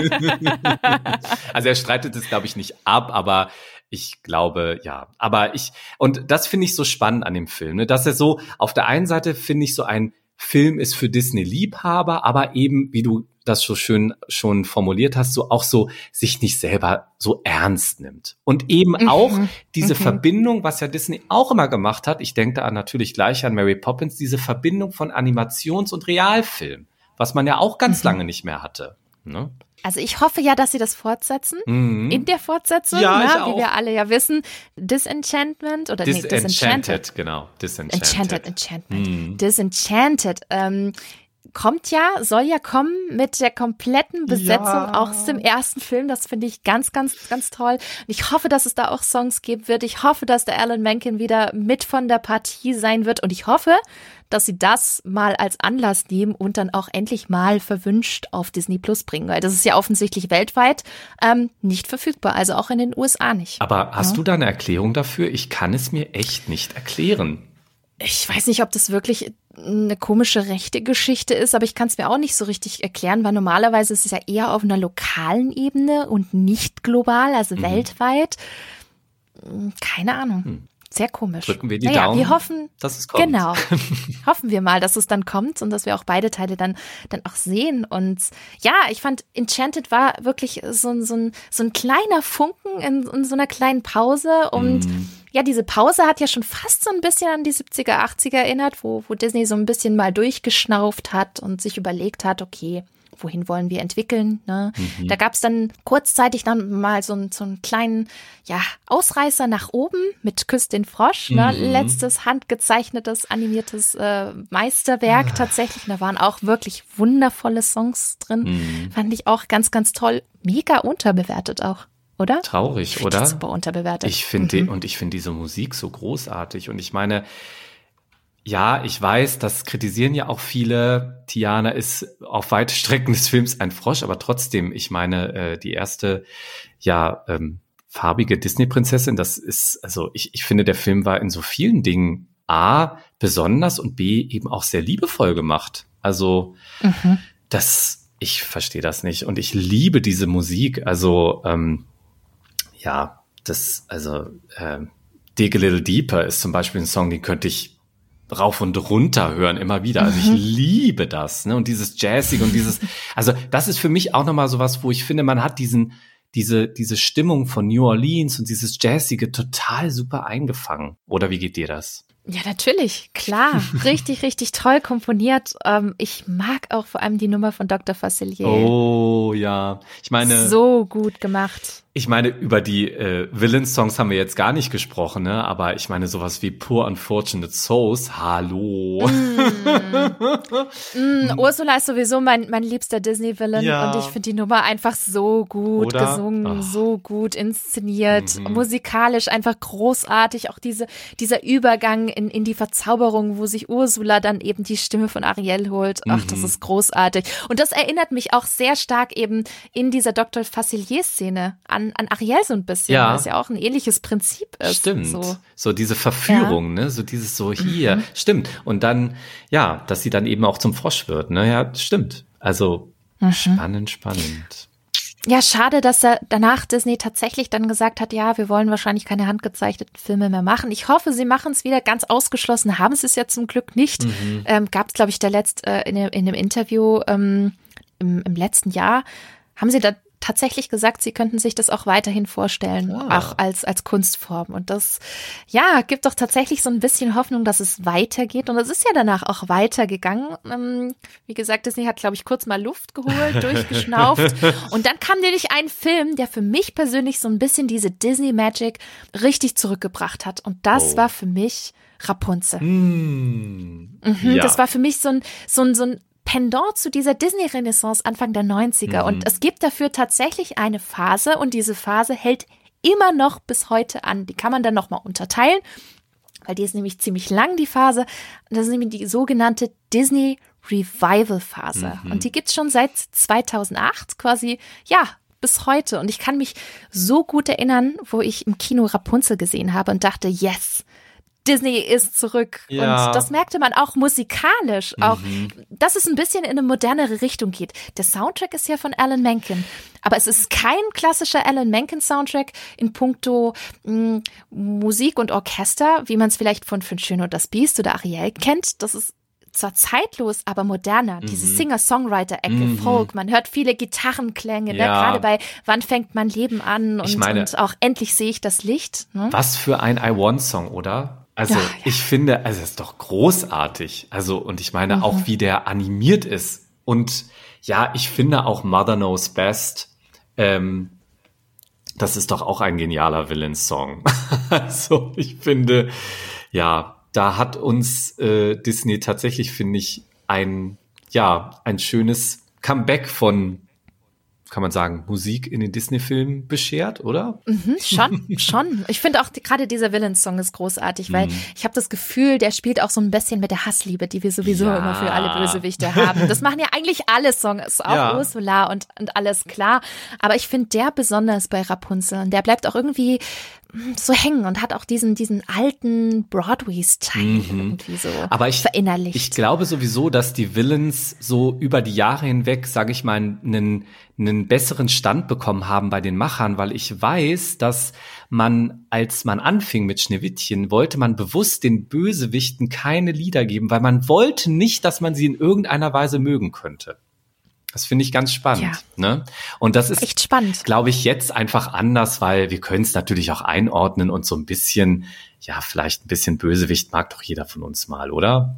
Also er streitet es, glaube ich, nicht ab, aber ich glaube, ja. Und das finde ich so spannend an dem Film, ne? Dass er so, auf der einen Seite finde ich so ein Film ist für Disney-Liebhaber, aber eben, wie du das so schön schon formuliert hast, so auch so sich nicht selber so ernst nimmt. Und eben auch diese Verbindung, was ja Disney auch immer gemacht hat, ich denke da natürlich gleich an Mary Poppins, diese Verbindung von Animations- und Realfilm, was man ja auch ganz lange nicht mehr hatte. Ne? Also ich hoffe ja, dass sie das fortsetzen. In der Fortsetzung, ja, wie wir alle ja wissen. Disenchanted. Genau. Disenchanted. Disenchanted. Soll ja kommen mit der kompletten Besetzung auch aus dem ersten Film. Das finde ich ganz, ganz, ganz toll. Und ich hoffe, dass es da auch Songs geben wird. Ich hoffe, dass der Alan Menken wieder mit von der Partie sein wird. Und ich hoffe, dass sie das mal als Anlass nehmen und dann auch endlich mal verwünscht auf Disney Plus bringen. Weil das ist ja offensichtlich weltweit nicht verfügbar. Also auch in den USA nicht. Aber hast du da eine Erklärung dafür? Ich kann es mir echt nicht erklären. Ich weiß nicht, ob das wirklich eine komische rechte Geschichte ist, aber ich kann es mir auch nicht so richtig erklären, weil normalerweise ist es ja eher auf einer lokalen Ebene und nicht global, also weltweit. Keine Ahnung. Sehr komisch. Drücken wir die Daumen, wir hoffen, dass es kommt. Genau. Hoffen wir mal, dass es dann kommt und dass wir auch beide Teile dann auch sehen. Und ja, ich fand, Enchanted war wirklich so ein kleiner Funken in so einer kleinen Pause. Und ja, diese Pause hat ja schon fast so ein bisschen an die 70er, 80er erinnert, wo Disney so ein bisschen mal durchgeschnauft hat und sich überlegt hat, okay, wohin wollen wir entwickeln? Ne? Da gab es dann kurzzeitig dann mal so einen kleinen Ausreißer nach oben mit Küss den Frosch. Ne? Letztes handgezeichnetes, animiertes Meisterwerk tatsächlich. Da waren auch wirklich wundervolle Songs drin. Fand ich auch ganz, ganz toll. Mega unterbewertet auch, oder? Traurig, oder? Super unterbewertet. Ich finde diese Musik so großartig. Und ich meine, ja, ich weiß, das kritisieren ja auch viele. Tiana ist auf weite Strecken des Films ein Frosch, aber trotzdem, ich meine, die erste, farbige Disney-Prinzessin, das ist, also ich finde, der Film war in so vielen Dingen A, besonders und B, eben auch sehr liebevoll gemacht. Also, ich verstehe das nicht und ich liebe diese Musik. Also, Dig a Little Deeper ist zum Beispiel ein Song, den könnte ich rauf und runter hören, immer wieder. Also ich liebe das, ne? Und dieses Jazzige und also das ist für mich auch nochmal sowas, wo ich finde, man hat diese Stimmung von New Orleans und dieses Jazzige total super eingefangen. Oder wie geht dir das? Ja, natürlich, klar. Richtig, richtig toll komponiert. Ich mag auch vor allem die Nummer von Dr. Facilier. Oh, ja. Ich meine, so gut gemacht. Ich meine, über die Villain-Songs haben wir jetzt gar nicht gesprochen, ne? Aber ich meine, sowas wie Poor Unfortunate Souls, hallo. Ursula ist sowieso mein liebster Disney-Villain und ich finde die Nummer einfach so gut gesungen, so gut inszeniert, musikalisch einfach großartig. Auch dieser Übergang in die Verzauberung, wo sich Ursula dann eben die Stimme von Ariel holt. Ach, das ist großartig. Und das erinnert mich auch sehr stark eben in dieser Dr. Facilier-Szene an an Ariel so ein bisschen, weil es ja auch ein ähnliches Prinzip ist. Stimmt. So diese Verführung, ne? So dieses so hier. Stimmt. Und dann, ja, dass sie dann eben auch zum Frosch wird, ne? Ja, stimmt. Also spannend. Ja, schade, dass danach Disney tatsächlich dann gesagt hat, ja, wir wollen wahrscheinlich keine handgezeichneten Filme mehr machen. Ich hoffe, sie machen es wieder. Ganz ausgeschlossen haben sie es ja zum Glück nicht. Gab es, glaube ich, in einem Interview im letzten Jahr, haben sie da tatsächlich gesagt, sie könnten sich das auch weiterhin vorstellen, auch als Kunstform. Und das, ja, gibt doch tatsächlich so ein bisschen Hoffnung, dass es weitergeht. Und es ist ja danach auch weitergegangen. Wie gesagt, Disney hat, glaube ich, kurz mal Luft geholt, durchgeschnauft. Und dann kam nämlich ein Film, der für mich persönlich so ein bisschen diese Disney-Magic richtig zurückgebracht hat. Und das war für mich Rapunzel. Das war für mich so ein Pendant zu dieser Disney-Renaissance Anfang der 90er. Und es gibt dafür tatsächlich eine Phase und diese Phase hält immer noch bis heute an. Die kann man dann nochmal unterteilen, weil die ist nämlich ziemlich lang, die Phase. Das ist nämlich die sogenannte Disney Revival-Phase. Und die gibt's schon seit 2008 quasi, ja, bis heute. Und ich kann mich so gut erinnern, wo ich im Kino Rapunzel gesehen habe und dachte, yes, Disney ist zurück. Ja. Und das merkte man auch musikalisch, auch, dass es ein bisschen in eine modernere Richtung geht. Der Soundtrack ist ja von Alan Menken, aber es ist kein klassischer Alan Menken Soundtrack in puncto Musik und Orchester, wie man es vielleicht von Schön und das Biest oder Ariel kennt. Das ist zwar zeitlos, aber moderner. Diese Singer-Songwriter-Ecke, Folk, man hört viele Gitarrenklänge, ne? Gerade bei Wann fängt mein Leben an und auch Endlich sehe ich das Licht. Ne? Was für ein I Want-Song, oder? Also ich finde, also es ist doch großartig. Also und ich meine auch, wie der animiert ist. Und ja, ich finde auch Mother Knows Best, das ist doch auch ein genialer Villain-Song. Also ich finde, ja, da hat uns Disney tatsächlich, finde ich, ein schönes Comeback von, kann man sagen, Musik in den Disney-Filmen beschert, oder? Schon. Ich finde auch gerade dieser Villain-Song ist großartig, weil ich habe das Gefühl, der spielt auch so ein bisschen mit der Hassliebe, die wir sowieso immer für alle Bösewichte haben. Das machen ja eigentlich alle Songs, auch Ursula und alles klar. Aber ich finde der besonders bei Rapunzel, und der bleibt auch irgendwie so hängen und hat auch diesen alten Broadway-Style irgendwie so verinnerlicht. Ich glaube sowieso, dass die Villains so über die Jahre hinweg, sage ich mal, einen besseren Stand bekommen haben bei den Machern, weil ich weiß, dass man, als man anfing mit Schneewittchen, wollte man bewusst den Bösewichten keine Lieder geben, weil man wollte nicht, dass man sie in irgendeiner Weise mögen könnte. Das finde ich ganz spannend. Ne? Und das ist echt spannend, glaube ich, jetzt einfach anders, weil wir können es natürlich auch einordnen und so ein bisschen, ja, vielleicht ein bisschen Bösewicht mag doch jeder von uns mal, oder?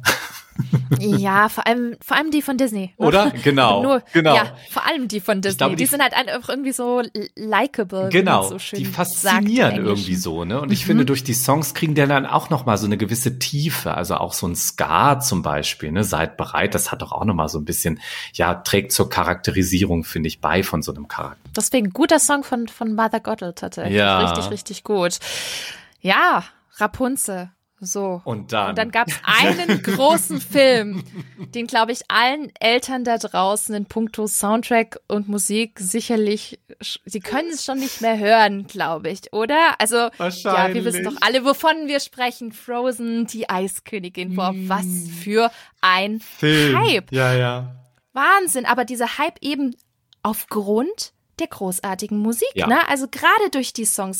Ja, vor allem die von Disney. Oder? Genau. Ja, vor allem die von Disney. Glaube, die sind halt einfach irgendwie so likable. Genau, so schön die faszinieren irgendwie so, ne? Und ich finde, durch die Songs kriegen der dann auch nochmal so eine gewisse Tiefe. Also auch so ein Ska zum Beispiel, ne? Seid bereit, das hat doch auch nochmal so ein bisschen, ja, trägt zur Charakterisierung, finde ich, bei von so einem Charakter. Deswegen guter Song von Mother Gottlieb tatsächlich. Ja. Richtig, richtig gut. Ja, Rapunzel. So. Und dann gab es einen großen Film, den, glaube ich, allen Eltern da draußen in puncto Soundtrack und Musik sicherlich, sie können es schon nicht mehr hören, glaube ich, oder? Also, ja, wir wissen doch alle, wovon wir sprechen. Frozen, die Eiskönigin. Boah, was für ein Film. Hype. Ja. Wahnsinn, aber dieser Hype eben aufgrund der großartigen Musik, ne? Also gerade durch die Songs,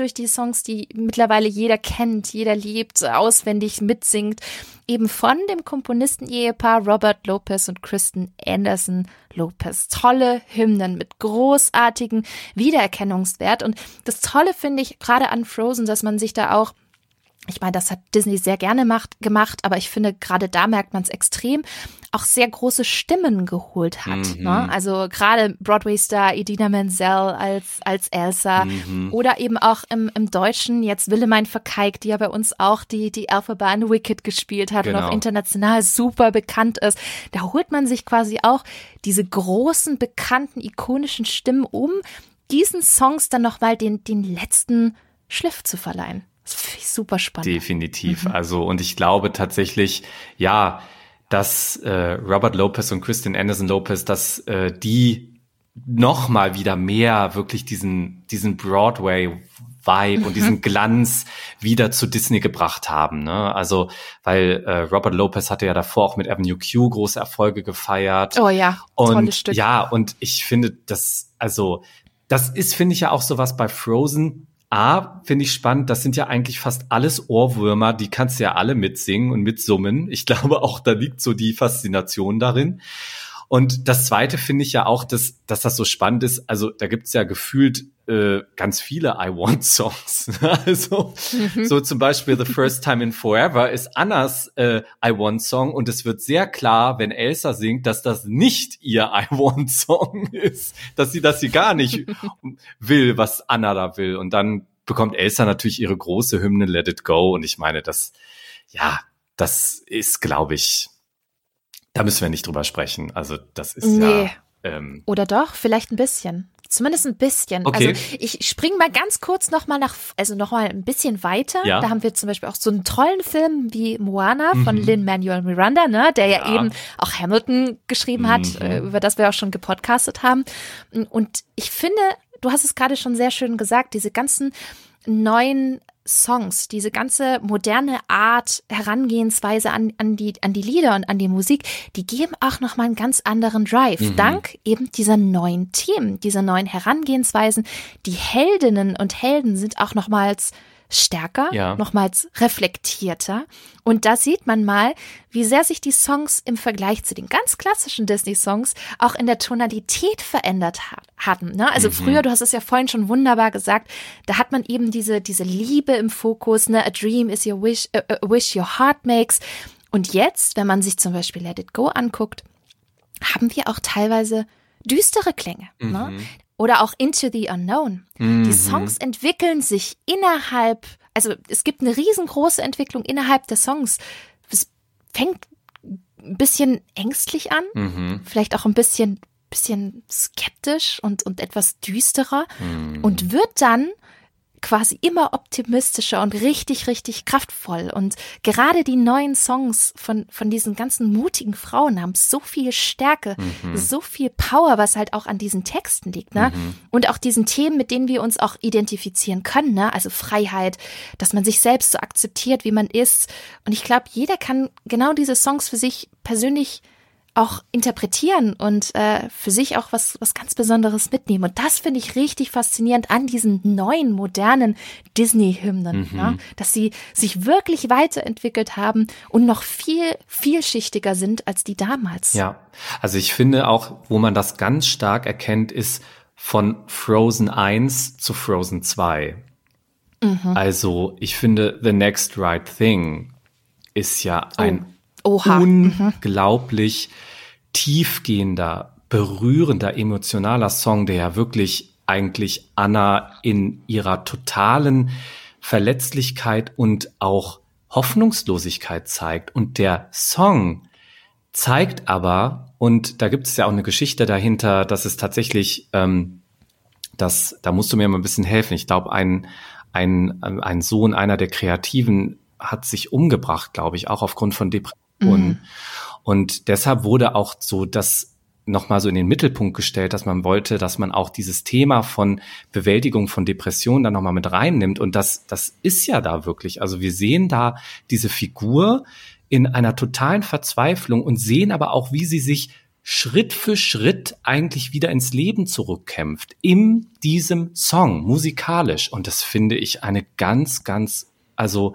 die mittlerweile jeder kennt, jeder liebt, auswendig mitsingt, eben von dem Komponisten-Ehepaar Robert Lopez und Kristen Anderson Lopez. Tolle Hymnen mit großartigem Wiedererkennungswert. Und das Tolle finde ich gerade an Frozen, dass man sich da auch, ich meine, das hat Disney sehr gerne gemacht, aber ich finde, gerade da merkt man es extrem, auch sehr große Stimmen geholt hat. Ne? Also gerade Broadway-Star Idina Menzel als Elsa oder eben auch im Deutschen jetzt Willemijn Verkijk, die ja bei uns auch die Elphaba in Wicked gespielt hat und auch international super bekannt ist. Da holt man sich quasi auch diese großen, bekannten, ikonischen Stimmen, um diesen Songs dann nochmal den letzten Schliff zu verleihen. Das finde ich super spannend. Definitiv. Also, und ich glaube tatsächlich, ja, dass Robert Lopez und Kristen Anderson Lopez, dass die noch mal wieder mehr wirklich diesen Broadway-Vibe und diesen Glanz wieder zu Disney gebracht haben, ne? Also, weil Robert Lopez hatte ja davor auch mit Avenue Q große Erfolge gefeiert. Oh ja, tolles Stück. Ja, und ich finde, das ist, finde ich ja auch sowas bei Frozen. Finde ich spannend, das sind ja eigentlich fast alles Ohrwürmer, die kannst du ja alle mitsingen und mitsummen. Ich glaube auch, da liegt so die Faszination darin. Und das Zweite finde ich ja auch, dass das so spannend ist. Also da gibt's ja gefühlt ganz viele I Want Songs. Also so zum Beispiel The First Time in Forever ist Annas I Want Song und es wird sehr klar, wenn Elsa singt, dass das nicht ihr I Want Song ist, dass sie gar nicht will, was Anna da will. Und dann bekommt Elsa natürlich ihre große Hymne Let It Go und ich meine, das ist, glaube ich, da müssen wir nicht drüber sprechen. Also das ist oder doch? Vielleicht ein bisschen. Zumindest ein bisschen. Okay. Also ich springe mal ganz kurz noch mal ein bisschen weiter. Ja. Da haben wir zum Beispiel auch so einen tollen Film wie Moana von Lin-Manuel Miranda, ne, der ja eben auch Hamilton geschrieben hat, über das wir auch schon gepodcastet haben. Und ich finde, du hast es gerade schon sehr schön gesagt, diese ganzen neuen Songs, diese ganze moderne Art, Herangehensweise an die Lieder und an die Musik, die geben auch nochmal einen ganz anderen Drive. Dank eben dieser neuen Themen, dieser neuen Herangehensweisen. Die Heldinnen und Helden sind auch nochmals stärker, nochmals reflektierter. Und da sieht man mal, wie sehr sich die Songs im Vergleich zu den ganz klassischen Disney-Songs auch in der Tonalität verändert hatten. Ne? Also früher, du hast es ja vorhin schon wunderbar gesagt, da hat man eben diese Liebe im Fokus, ne? A dream is your wish, a wish your heart makes. Und jetzt, wenn man sich zum Beispiel Let It Go anguckt, haben wir auch teilweise düstere Klänge. Ne? Oder auch Into the Unknown. Die Songs entwickeln sich innerhalb, also es gibt eine riesengroße Entwicklung innerhalb der Songs. Es fängt ein bisschen ängstlich an, vielleicht auch ein bisschen skeptisch und etwas düsterer und wird dann quasi immer optimistischer und richtig, richtig kraftvoll. Und gerade die neuen Songs von diesen ganzen mutigen Frauen haben so viel Stärke, so viel Power, was halt auch an diesen Texten liegt, ne? Und auch diesen Themen, mit denen wir uns auch identifizieren können, ne? Also Freiheit, dass man sich selbst so akzeptiert, wie man ist. Und ich glaube, jeder kann genau diese Songs für sich persönlich auch interpretieren und für sich auch was ganz Besonderes mitnehmen. Und das finde ich richtig faszinierend an diesen neuen, modernen Disney-Hymnen, ja? Dass sie sich wirklich weiterentwickelt haben und noch viel vielschichtiger sind als die damals. Ja, also ich finde auch, wo man das ganz stark erkennt, ist von Frozen 1 zu Frozen 2. Also ich finde, The Next Right Thing ist ja ein unglaublich tiefgehender, berührender, emotionaler Song, der ja wirklich eigentlich Anna in ihrer totalen Verletzlichkeit und auch Hoffnungslosigkeit zeigt. Und der Song zeigt aber, und da gibt es ja auch eine Geschichte dahinter, dass es tatsächlich, da musst du mir mal ein bisschen helfen. Ich glaube, ein Sohn einer der Kreativen hat sich umgebracht, glaube ich, auch aufgrund von Depressionen. Und deshalb wurde auch so das nochmal so in den Mittelpunkt gestellt, dass man wollte, dass man auch dieses Thema von Bewältigung von Depressionen dann nochmal mit reinnimmt. Und das ist ja da wirklich. Also wir sehen da diese Figur in einer totalen Verzweiflung und sehen aber auch, wie sie sich Schritt für Schritt eigentlich wieder ins Leben zurückkämpft. In diesem Song, musikalisch. Und das finde ich eine ganz, ganz, also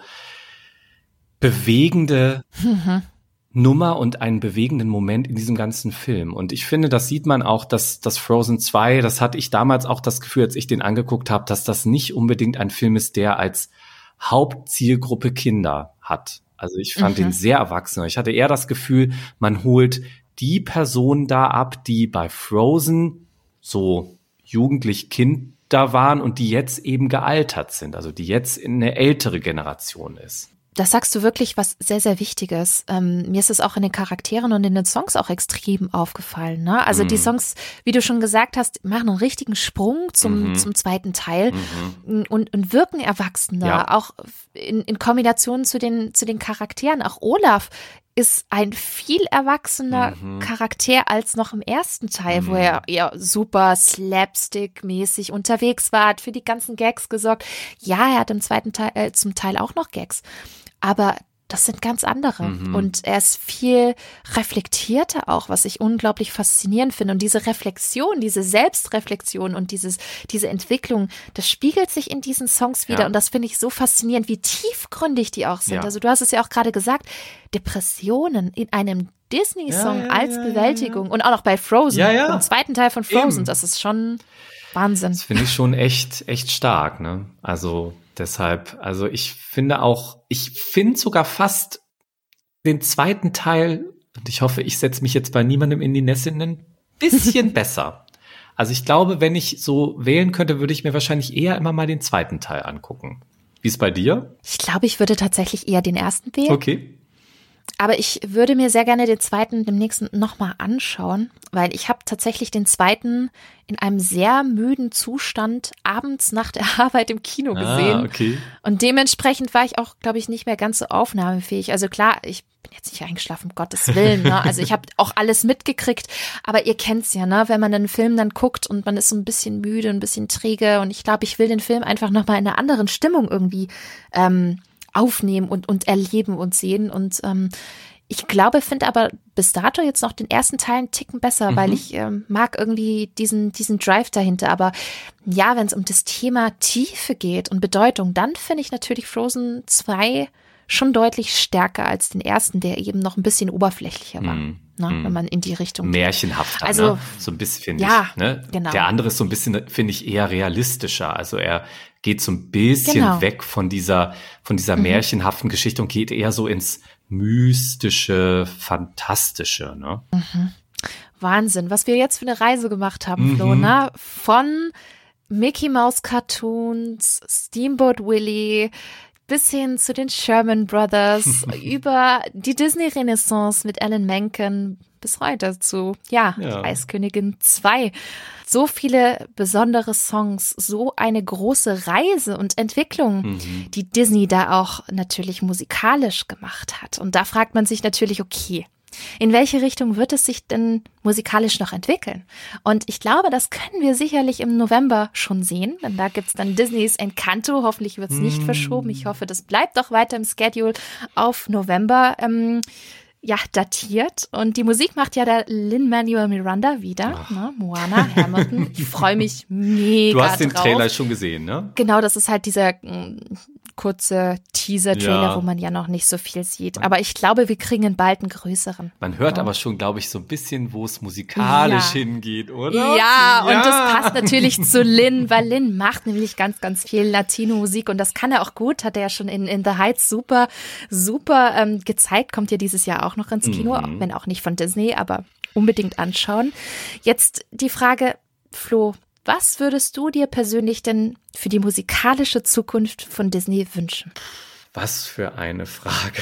bewegende Nummer und einen bewegenden Moment in diesem ganzen Film. Und ich finde, das sieht man auch, dass das Frozen 2, das hatte ich damals auch das Gefühl, als ich den angeguckt habe, dass das nicht unbedingt ein Film ist, der als Hauptzielgruppe Kinder hat. Also ich fand den sehr erwachsen. Ich hatte eher das Gefühl, man holt die Personen da ab, die bei Frozen so jugendlich Kinder waren und die jetzt eben gealtert sind. Also die jetzt in eine ältere Generation ist. Das sagst du wirklich was sehr, sehr Wichtiges. Mir ist es auch in den Charakteren und in den Songs auch extrem aufgefallen. Ne? Also die Songs, wie du schon gesagt hast, machen einen richtigen Sprung zum zweiten Teil und wirken erwachsener. Ja. Auch in Kombination zu den Charakteren. Auch Olaf ist ein viel erwachsener Charakter als noch im ersten Teil, wo er ja super slapstick-mäßig unterwegs war, hat für die ganzen Gags gesorgt. Ja, er hat im zweiten Teil zum Teil auch noch Gags, aber das sind ganz andere. Und er ist viel reflektierter auch, was ich unglaublich faszinierend finde. Und diese Reflexion, diese Selbstreflexion und diese Entwicklung, das spiegelt sich in diesen Songs wieder. Und das finde ich so faszinierend, wie tiefgründig die auch sind. Also du hast es ja auch gerade gesagt, Depressionen in einem Disney-Song als Bewältigung und auch noch bei Frozen, im zweiten Teil von Frozen, das ist schon Wahnsinn. Das finde ich schon echt stark, ne? Also deshalb, also ich finde sogar fast den zweiten Teil, und ich hoffe, ich setze mich jetzt bei niemandem in die Nässe, ein bisschen besser. Also ich glaube, wenn ich so wählen könnte, würde ich mir wahrscheinlich eher immer mal den zweiten Teil angucken. Wie ist bei dir? Ich glaube, ich würde tatsächlich eher den ersten wählen. Okay. Aber ich würde mir sehr gerne den zweiten demnächst nochmal anschauen, weil ich habe tatsächlich den zweiten in einem sehr müden Zustand abends nach der Arbeit im Kino gesehen. Okay. Und dementsprechend war ich auch, glaube ich, nicht mehr ganz so aufnahmefähig. Also klar, ich bin jetzt nicht eingeschlafen, um Gottes Willen. Ne? Also ich habe auch alles mitgekriegt, aber ihr kennt's ja, ne? Wenn man einen Film dann guckt und man ist so ein bisschen müde, ein bisschen träge und ich glaube, ich will den Film einfach nochmal in einer anderen Stimmung irgendwie aufnehmen und erleben und sehen. Und ich glaube, finde aber bis dato jetzt noch den ersten Teil einen Ticken besser, weil ich mag irgendwie diesen Drive dahinter. Aber ja, wenn es um das Thema Tiefe geht und Bedeutung, dann finde ich natürlich Frozen 2 schon deutlich stärker als den ersten, der eben noch ein bisschen oberflächlicher war, ne, wenn man in die Richtung geht. Märchenhafter, also, ne? So ein bisschen, finde ich. Ne? Genau. Der andere ist so ein bisschen, finde ich, eher realistischer. Also er geht so ein bisschen weg von dieser märchenhaften Geschichte und geht eher so ins mystische, fantastische, ne? Wahnsinn, was wir jetzt für eine Reise gemacht haben, Flo, ne? Von Mickey Mouse Cartoons, Steamboat Willie bis hin zu den Sherman Brothers, über die Disney-Renaissance mit Alan Menken bis heute zu, Eiskönigin 2. So viele besondere Songs, so eine große Reise und Entwicklung, die Disney da auch natürlich musikalisch gemacht hat. Und da fragt man sich natürlich, okay, in welche Richtung wird es sich denn musikalisch noch entwickeln? Und ich glaube, das können wir sicherlich im November schon sehen, denn da gibt's dann Disneys Encanto. Hoffentlich wird's nicht verschoben. Ich hoffe, das bleibt auch weiter im Schedule auf November datiert. Und die Musik macht ja der Lin-Manuel Miranda wieder, ne? Moana, Hamilton. Ich freue mich mega drauf. Du hast den Trailer schon gesehen, ne? Genau, das ist halt dieser kurze Teaser-Trailer, wo man ja noch nicht so viel sieht. Aber ich glaube, wir kriegen bald einen größeren. Man hört aber schon, glaube ich, so ein bisschen, wo es musikalisch hingeht, oder? Ja, und das passt natürlich zu Lin, weil Lin macht nämlich ganz, ganz viel Latino-Musik und das kann er auch gut, hat er ja schon in The Heights super gezeigt, kommt ja dieses Jahr auch noch ins Kino, wenn auch nicht von Disney, aber unbedingt anschauen. Jetzt die Frage, Flo, was würdest du dir persönlich denn für die musikalische Zukunft von Disney wünschen? Was für eine Frage.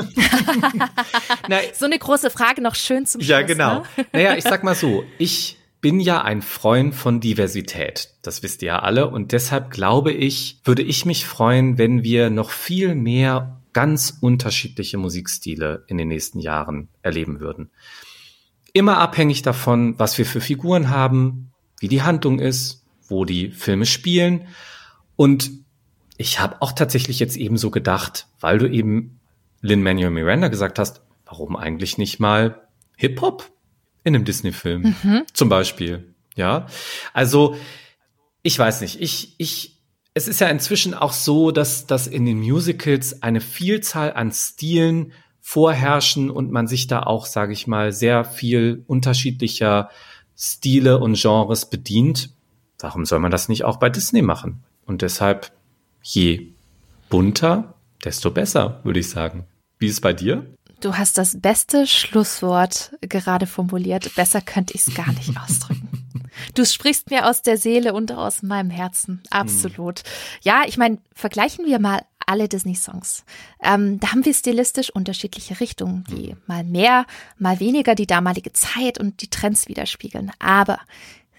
So eine große Frage noch schön zum Schluss. Ja, genau. Ne? Naja, ich sag mal so, ich bin ja ein Freund von Diversität. Das wisst ihr ja alle. Und deshalb glaube ich, würde ich mich freuen, wenn wir noch viel mehr ganz unterschiedliche Musikstile in den nächsten Jahren erleben würden. Immer abhängig davon, was wir für Figuren haben, wie die Handlung ist, wo die Filme spielen. Und ich habe auch tatsächlich jetzt eben so gedacht, weil du eben Lin-Manuel Miranda gesagt hast, warum eigentlich nicht mal Hip-Hop in einem Disney-Film zum Beispiel? Ja, also ich weiß nicht, es ist ja inzwischen auch so, dass in den Musicals eine Vielzahl an Stilen vorherrschen und man sich da auch, sage ich mal, sehr viel unterschiedlicher Stile und Genres bedient. Warum soll man das nicht auch bei Disney machen? Und deshalb, je bunter, desto besser, würde ich sagen. Wie ist es bei dir? Du hast das beste Schlusswort gerade formuliert. Besser könnte ich es gar nicht ausdrücken. Du sprichst mir aus der Seele und aus meinem Herzen. Absolut. Ja, ich meine, vergleichen wir mal alle Disney-Songs. Da haben wir stilistisch unterschiedliche Richtungen, die mal mehr, mal weniger die damalige Zeit und die Trends widerspiegeln. Aber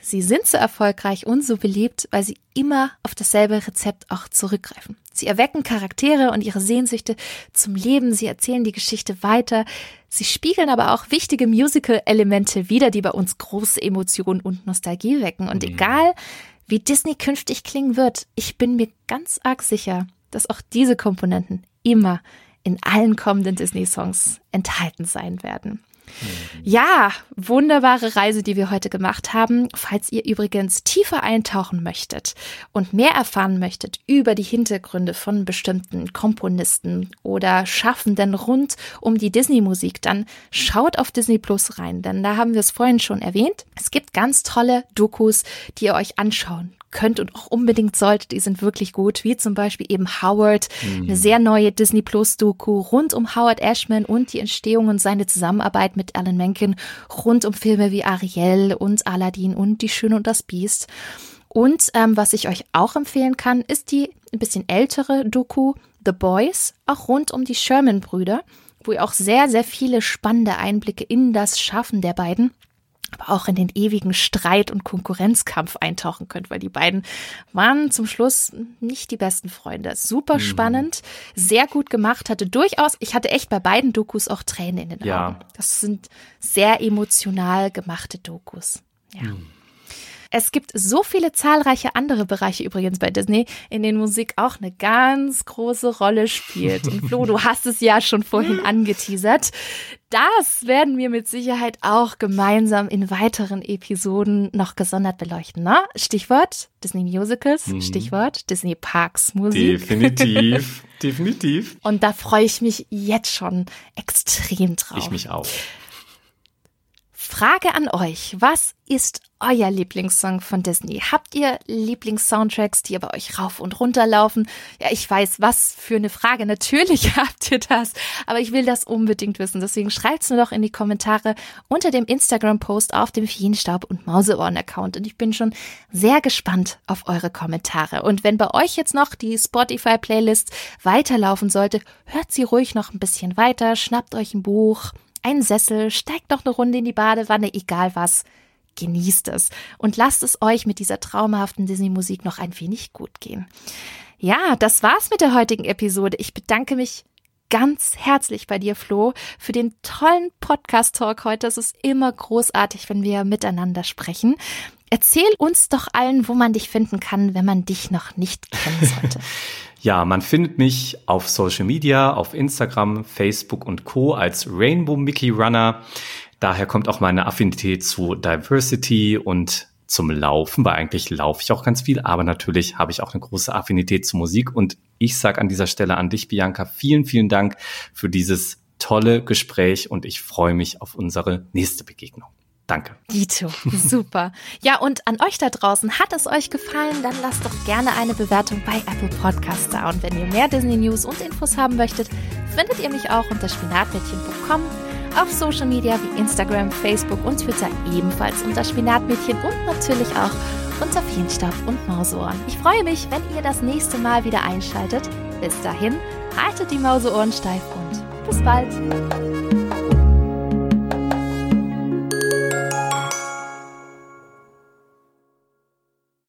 Sie sind so erfolgreich und so beliebt, weil sie immer auf dasselbe Rezept auch zurückgreifen. Sie erwecken Charaktere und ihre Sehnsüchte zum Leben, sie erzählen die Geschichte weiter. Sie spiegeln aber auch wichtige Musical-Elemente wider, die bei uns große Emotionen und Nostalgie wecken. Und egal, wie Disney künftig klingen wird, ich bin mir ganz arg sicher, dass auch diese Komponenten immer in allen kommenden Disney-Songs enthalten sein werden. Ja, wunderbare Reise, die wir heute gemacht haben. Falls ihr übrigens tiefer eintauchen möchtet und mehr erfahren möchtet über die Hintergründe von bestimmten Komponisten oder Schaffenden rund um die Disney-Musik, dann schaut auf Disney Plus rein, denn da haben wir es vorhin schon erwähnt. Es gibt ganz tolle Dokus, die ihr euch anschauen könnt und auch unbedingt solltet, die sind wirklich gut, wie zum Beispiel eben Howard, eine sehr neue Disney Plus Doku rund um Howard Ashman und die Entstehung und seine Zusammenarbeit mit Alan Menken rund um Filme wie Ariel und Aladdin und Die Schöne und das Biest. Und was ich euch auch empfehlen kann, ist die ein bisschen ältere Doku The Boys, auch rund um die Sherman-Brüder, wo ihr auch sehr, sehr viele spannende Einblicke in das Schaffen der beiden, aber auch in den ewigen Streit und Konkurrenzkampf eintauchen könnt, weil die beiden waren zum Schluss nicht die besten Freunde. Super spannend, sehr gut gemacht, ich hatte echt bei beiden Dokus auch Tränen in den Augen. Das sind sehr emotional gemachte Dokus. Ja. Es gibt so viele zahlreiche andere Bereiche übrigens bei Disney, in denen Musik auch eine ganz große Rolle spielt. Und Flo, du hast es ja schon vorhin angeteasert. Das werden wir mit Sicherheit auch gemeinsam in weiteren Episoden noch gesondert beleuchten. Ne? Stichwort Disney Musicals, Stichwort Disney Parks Musik. Definitiv, definitiv. Und da freue ich mich jetzt schon extrem drauf. Ich mich auch. Frage an euch, was ist euer Lieblingssong von Disney? Habt ihr Lieblingssoundtracks, die bei euch rauf und runter laufen? Ja, ich weiß, was für eine Frage. Natürlich habt ihr das, aber ich will das unbedingt wissen. Deswegen schreibt's mir doch in die Kommentare unter dem Instagram-Post auf dem Feenstaub- und Mauseohren-Account. Und ich bin schon sehr gespannt auf eure Kommentare. Und wenn bei euch jetzt noch die Spotify-Playlist weiterlaufen sollte, hört sie ruhig noch ein bisschen weiter, schnappt euch ein Buch, einen Sessel, steigt noch eine Runde in die Badewanne, egal was, genießt es und lasst es euch mit dieser traumhaften Disney-Musik noch ein wenig gut gehen. Ja, das war's mit der heutigen Episode. Ich bedanke mich ganz herzlich bei dir, Flo, für den tollen Podcast-Talk heute. Es ist immer großartig, wenn wir miteinander sprechen. Erzähl uns doch allen, wo man dich finden kann, wenn man dich noch nicht kennen sollte. Ja, man findet mich auf Social Media, auf Instagram, Facebook und Co. als Rainbow Mickey Runner. Daher kommt auch meine Affinität zu Diversity und zum Laufen, weil eigentlich laufe ich auch ganz viel, aber natürlich habe ich auch eine große Affinität zu Musik. Und ich sage an dieser Stelle an dich, Bianca, vielen, vielen Dank für dieses tolle Gespräch und ich freue mich auf unsere nächste Begegnung. Danke. Dito, super. Ja, und an euch da draußen, hat es euch gefallen, dann lasst doch gerne eine Bewertung bei Apple Podcasts da. Und wenn ihr mehr Disney News und Infos haben möchtet, findet ihr mich auch unter spinatmädchen.com, auf Social Media wie Instagram, Facebook und Twitter ebenfalls unter Spinatmädchen und natürlich auch unter Feenstaub und Mauseohren. Ich freue mich, wenn ihr das nächste Mal wieder einschaltet. Bis dahin, haltet die Mauseohren steif und bis bald.